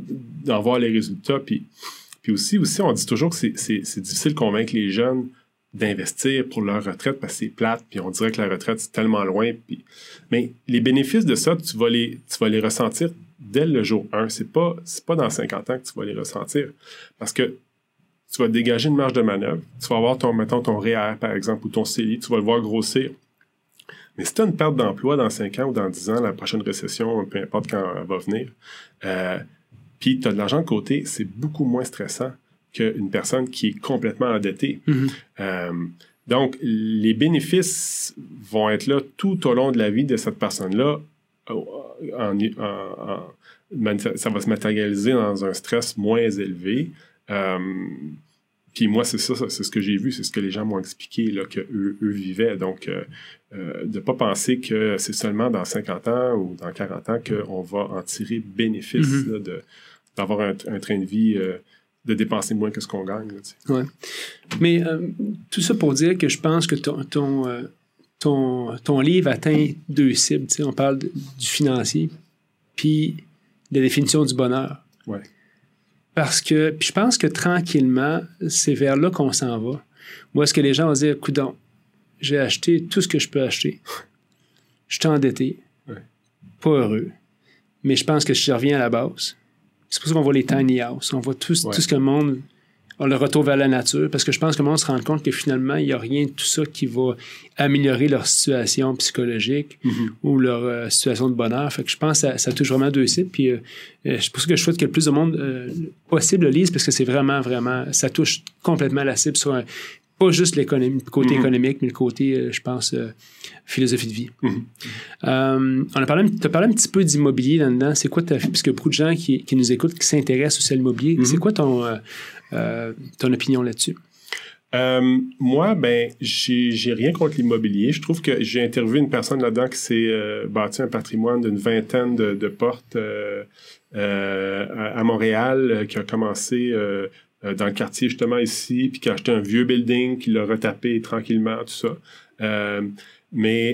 Speaker 2: d'en voir les résultats. Puis aussi, on dit toujours que c'est difficile de convaincre les jeunes d'investir pour leur retraite parce que c'est plate, puis on dirait que la retraite, c'est tellement loin. Mais les bénéfices de ça, tu vas les ressentir dès le jour 1. C'est pas dans 50 ans que tu vas les ressentir. Parce que tu vas dégager une marge de manœuvre. Tu vas avoir ton REER, par exemple, ou ton CELI, tu vas le voir grossir. Mais si tu as une perte d'emploi dans 5 ans ou dans 10 ans, la prochaine récession, peu importe quand elle va venir, puis tu as de l'argent de côté, c'est beaucoup moins stressant qu'une personne qui est complètement endettée. Donc, les bénéfices vont être là tout au long de la vie de cette personne-là. Ça va se matérialiser dans un stress moins élevé. Puis moi, c'est ce que j'ai vu, c'est ce que les gens m'ont expliqué là, qu'eux vivaient. Donc, de ne pas penser que c'est seulement dans 50 ans ou dans 40 ans qu'on va en tirer bénéfice là, d'avoir un train de vie, de dépenser moins que ce qu'on gagne.
Speaker 1: Oui. Mais tout ça pour dire que je pense que ton livre atteint 2 cibles. On parle du financier, puis de la définition du bonheur.
Speaker 2: Oui.
Speaker 1: Parce que, puis je pense que tranquillement, c'est vers là qu'on s'en va. Moi, est-ce que les gens vont dire, coudonc, j'ai acheté tout ce que je peux acheter. Je suis endetté.
Speaker 2: Ouais.
Speaker 1: Pas heureux. Mais je pense que je reviens à la base. C'est pour ça qu'on voit les tiny house. On voit tout ce que le monde a le retour vers la nature. Parce que je pense que le monde se rend compte que finalement, il n'y a rien de tout ça qui va améliorer leur situation psychologique ou leur situation de bonheur. Fait que je pense que ça touche vraiment 2 cibles. Puis c'est pour ça que je souhaite que le plus de monde possible le lise parce que c'est vraiment, vraiment, ça touche complètement la cible sur pas juste l'économie, le côté économique, mais le côté, je pense, philosophie de vie. Tu as parlé un petit peu d'immobilier là-dedans. C'est quoi parce qu'il y a beaucoup de gens qui nous écoutent, qui s'intéressent aussi à l'immobilier. C'est quoi ton opinion là-dessus?
Speaker 2: Moi, j'ai rien contre l'immobilier. Je trouve que j'ai interviewé une personne là-dedans qui s'est bâti un patrimoine d'une 20aine de portes à Montréal, qui a commencé dans le quartier justement ici, puis qui a acheté un vieux building, qui l'a retapé tranquillement, tout ça. Mais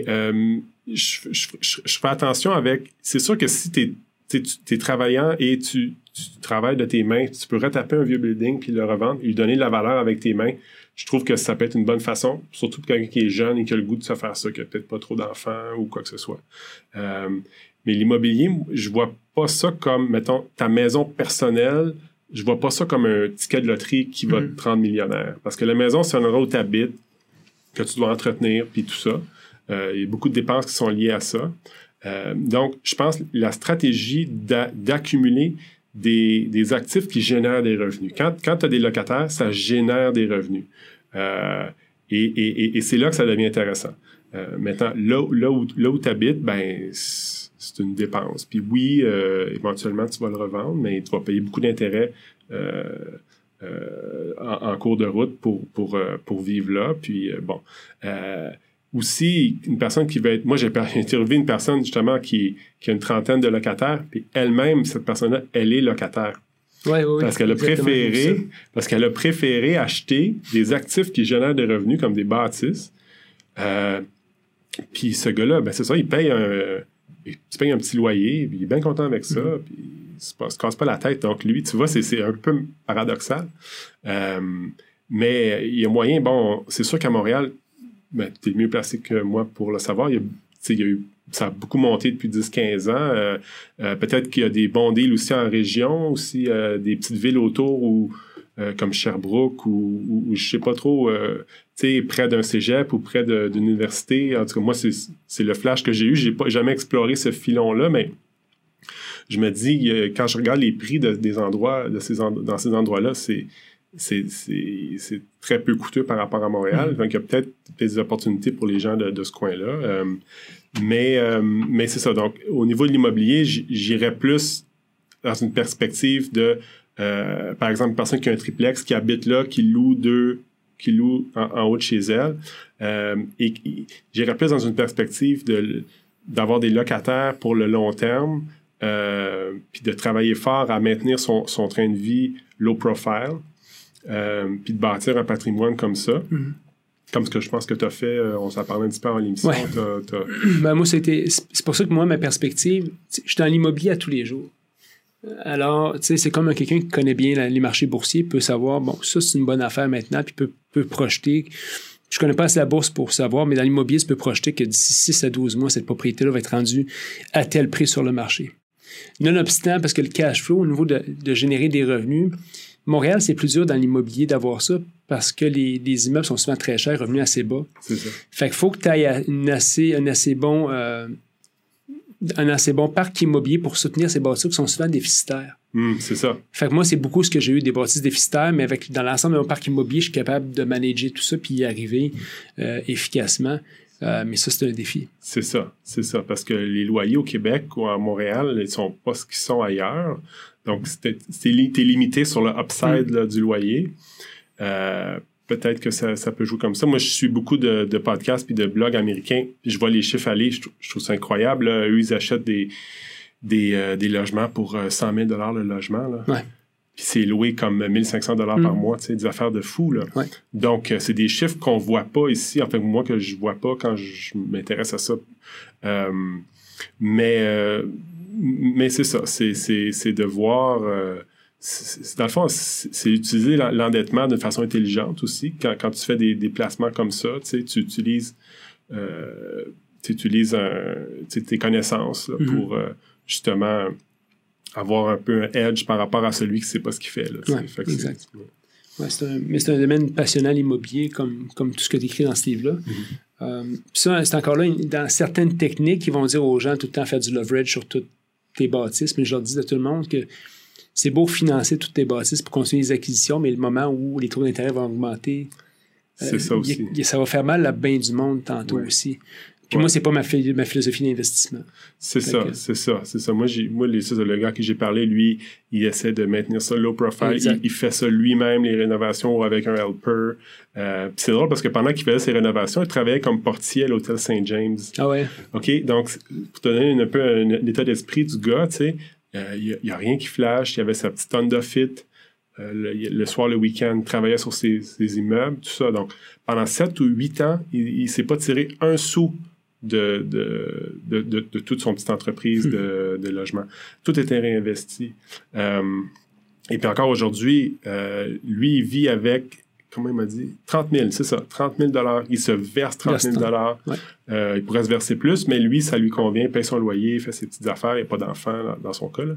Speaker 2: je fais attention avec... C'est sûr que si t'es travaillant et tu travailles de tes mains, tu peux retaper un vieux building puis le revendre, lui donner de la valeur avec tes mains. Je trouve que ça peut être une bonne façon, surtout pour quelqu'un qui est jeune et qui a le goût de se faire ça, qui n'a peut-être pas trop d'enfants ou quoi que ce soit. Mais l'immobilier, je vois pas ça comme, mettons, ta maison personnelle. Je vois pas ça comme un ticket de loterie qui va te rendre millionnaire. Parce que la maison, c'est un endroit où tu habites, que tu dois entretenir, puis tout ça. Il y a beaucoup de dépenses qui sont liées à ça. Donc, je pense que la stratégie d'accumuler des actifs qui génèrent des revenus. Quand tu as des locataires, ça génère des revenus. Et c'est là que ça devient intéressant. Maintenant, là où tu habites, c'est une dépense. Puis oui, éventuellement, tu vas le revendre, mais tu vas payer beaucoup d'intérêts en cours de route pour vivre là. Puis aussi, une personne qui va être... Moi, j'ai interviewé une personne, justement, qui a une 30aine de locataires, puis elle-même, cette personne-là, elle est locataire.
Speaker 1: Oui.
Speaker 2: Parce qu'elle a préféré acheter des actifs qui génèrent des revenus, comme des bâtisses. Puis ce gars-là, c'est ça, il paye un petit loyer, puis il est bien content avec ça, puis il se casse pas la tête. Donc lui, tu vois, c'est un peu paradoxal. Mais il y a moyen, c'est sûr qu'à Montréal, tu es mieux placé que moi pour le savoir. Ça a beaucoup monté depuis 10-15 ans. Peut-être qu'il y a des bons deals aussi en région, aussi des petites villes autour comme Sherbrooke ou je sais pas trop, près d'un cégep ou près d'une université. En tout cas, moi, c'est le flash que j'ai eu. J'ai pas jamais exploré ce filon-là, mais je me dis, quand je regarde les prix des endroits, dans ces endroits-là, c'est très peu coûteux par rapport à Montréal. Donc, il y a peut-être des opportunités pour les gens de ce coin-là. Mais c'est ça. Donc, au niveau de l'immobilier, j'irais plus dans une perspective de, par exemple, une personne qui a un triplex, qui habite là, qui loue en haut de chez elle. Et j'irais plus dans une perspective d'avoir des locataires pour le long terme, puis de travailler fort à maintenir son train de vie low profile. Puis de bâtir un patrimoine comme ça, comme ce que je pense que tu as fait, on s'en parlait un petit peu en l'émission.
Speaker 1: Ouais. Moi, c'est pour ça que moi, ma perspective, je suis dans l'immobilier à tous les jours. Alors, tu sais, c'est comme quelqu'un qui connaît bien les marchés boursiers, peut savoir, bon, ça, c'est une bonne affaire maintenant, puis peut projeter. Je connais pas assez la bourse pour savoir, mais dans l'immobilier, tu peux projeter que d'ici 6 à 12 mois, cette propriété-là va être rendue à tel prix sur le marché. Nonobstant, parce que le cash flow, au niveau de générer des revenus, Montréal, c'est plus dur dans l'immobilier d'avoir ça parce que les immeubles sont souvent très chers, revenus assez bas.
Speaker 2: C'est ça.
Speaker 1: Fait qu'il faut que tu ailles un assez bon parc immobilier pour soutenir ces bâtisses qui sont souvent déficitaires.
Speaker 2: C'est ça.
Speaker 1: Fait que moi, c'est beaucoup ce que j'ai eu, des bâtisses déficitaires, mais dans l'ensemble de mon parc immobilier, je suis capable de manager tout ça puis y arriver efficacement. Mais ça, c'est un défi.
Speaker 2: C'est ça, parce que les loyers au Québec ou à Montréal, ils ne sont pas ce qu'ils sont ailleurs. Donc, t'es limité sur le upside là, du loyer. Peut-être que ça peut jouer comme ça. Moi, je suis beaucoup de podcasts puis de blogs américains, puis je vois les chiffres aller, je trouve ça incroyable. Là. Eux, ils achètent des logements pour 100 000 $ le logement. Là.
Speaker 1: Ouais.
Speaker 2: Puis c'est loué comme 1 500 $ par mois, tu sais, des affaires de fou, là.
Speaker 1: Ouais.
Speaker 2: Donc, c'est des chiffres qu'on voit pas ici, enfin, moi, que je vois pas quand je m'intéresse à ça. Mais c'est ça, c'est de voir... dans le fond, c'est utiliser l'endettement d'une façon intelligente aussi. Quand tu fais des placements comme ça, tu sais, tu utilises tes connaissances là, pour justement... avoir un peu un edge par rapport à celui qui ne sait pas ce qu'il fait. Là,
Speaker 1: fait que exact. Ouais, c'est un domaine passionnant, l'immobilier, comme tout ce que tu écris dans ce livre-là. Ça, c'est encore là, dans certaines techniques, ils vont dire aux gens tout le temps faire du leverage sur toutes tes bâtisses, mais je leur dis à tout le monde que c'est beau financer toutes tes bâtisses pour continuer les acquisitions, mais le moment où les taux d'intérêt vont augmenter,
Speaker 2: c'est ça aussi.
Speaker 1: Ça va faire mal à bien du monde tantôt aussi. Puis moi, c'est pas ma philosophie d'investissement.
Speaker 2: C'est ça. Moi, le gars à qui j'ai parlé, lui, il essaie de maintenir ça low profile. Il fait ça lui-même, les rénovations, avec un helper. C'est drôle parce que pendant qu'il faisait ses rénovations, il travaillait comme portier à l'hôtel St. James.
Speaker 1: Ah ouais?
Speaker 2: OK? Donc, pour te donner un peu l'état d'esprit du gars, tu sais, il n'y a rien qui flash. Il avait sa petite Honda Fit. Le soir, le week-end, il travaillait sur ses immeubles, tout ça. Donc, pendant 7 ou 8 ans, il ne s'est pas tiré un sou de toute son petite entreprise de logement. Tout était réinvesti. Et puis encore aujourd'hui, lui, il vit avec, comment il m'a dit? 30 000, c'est ça, 30 000 $. Il se verse 30 000 $. Ouais. Il pourrait se verser plus, mais lui, ça lui convient, il paye son loyer, il fait ses petites affaires, il n'y a pas d'enfant dans son cas.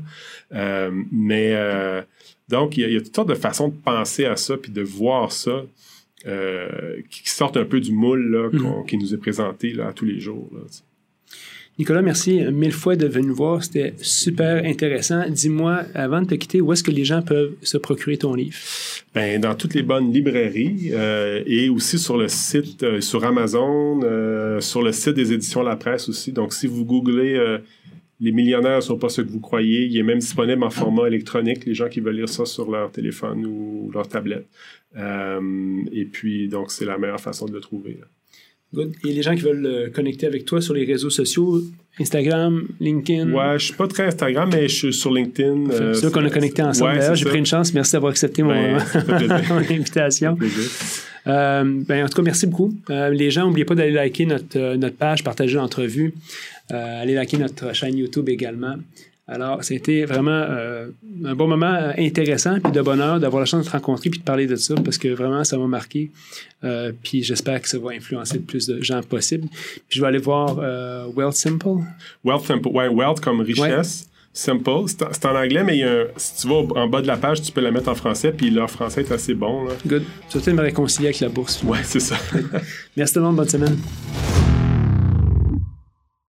Speaker 2: Là. Donc, il y a toutes sortes de façons de penser à ça puis de voir ça. Qui sortent un peu du moule là, qui nous est présenté là, tous les jours. Là,
Speaker 1: Nicolas, merci 1000 fois de venir nous voir. C'était super intéressant. Dis-moi, avant de te quitter, où est-ce que les gens peuvent se procurer ton livre?
Speaker 2: Ben, dans toutes les bonnes librairies et aussi sur le site, sur Amazon, sur le site des éditions La Presse aussi. Donc, si vous googlez les millionnaires ne sont pas ce que vous croyez, il est même disponible en format électronique, les gens qui veulent lire ça sur leur téléphone ou leur tablette. Et puis, donc, c'est la meilleure façon de le trouver. Là.
Speaker 1: Good. Et les gens qui veulent connecter avec toi sur les réseaux sociaux, Instagram, LinkedIn?
Speaker 2: Ouais, je suis pas très Instagram, mais je suis sur LinkedIn.
Speaker 1: C'est là qu'on a connecté ensemble. D'ailleurs, j'ai pris une chance. Merci d'avoir accepté mon invitation. En tout cas, merci beaucoup. Les gens, n'oubliez pas d'aller liker notre page, partager l'entrevue. Allez liker notre chaîne YouTube également. Alors, c'était vraiment un bon moment intéressant puis de bonheur d'avoir la chance de te rencontrer puis de parler de ça parce que vraiment, ça m'a marqué. Puis j'espère que ça va influencer le plus de gens possible. Puis je vais aller voir Wealth Simple.
Speaker 2: Wealth Simple, ouais, Wealth comme richesse. Ouais. Simple, c'est en anglais, mais si tu vas en bas de la page, tu peux la mettre en français, puis leur français est assez bon. Là.
Speaker 1: Good. Tu vas peut-être me réconcilier avec la bourse.
Speaker 2: Ouais, c'est ça.
Speaker 1: Merci tout le monde, bonne semaine.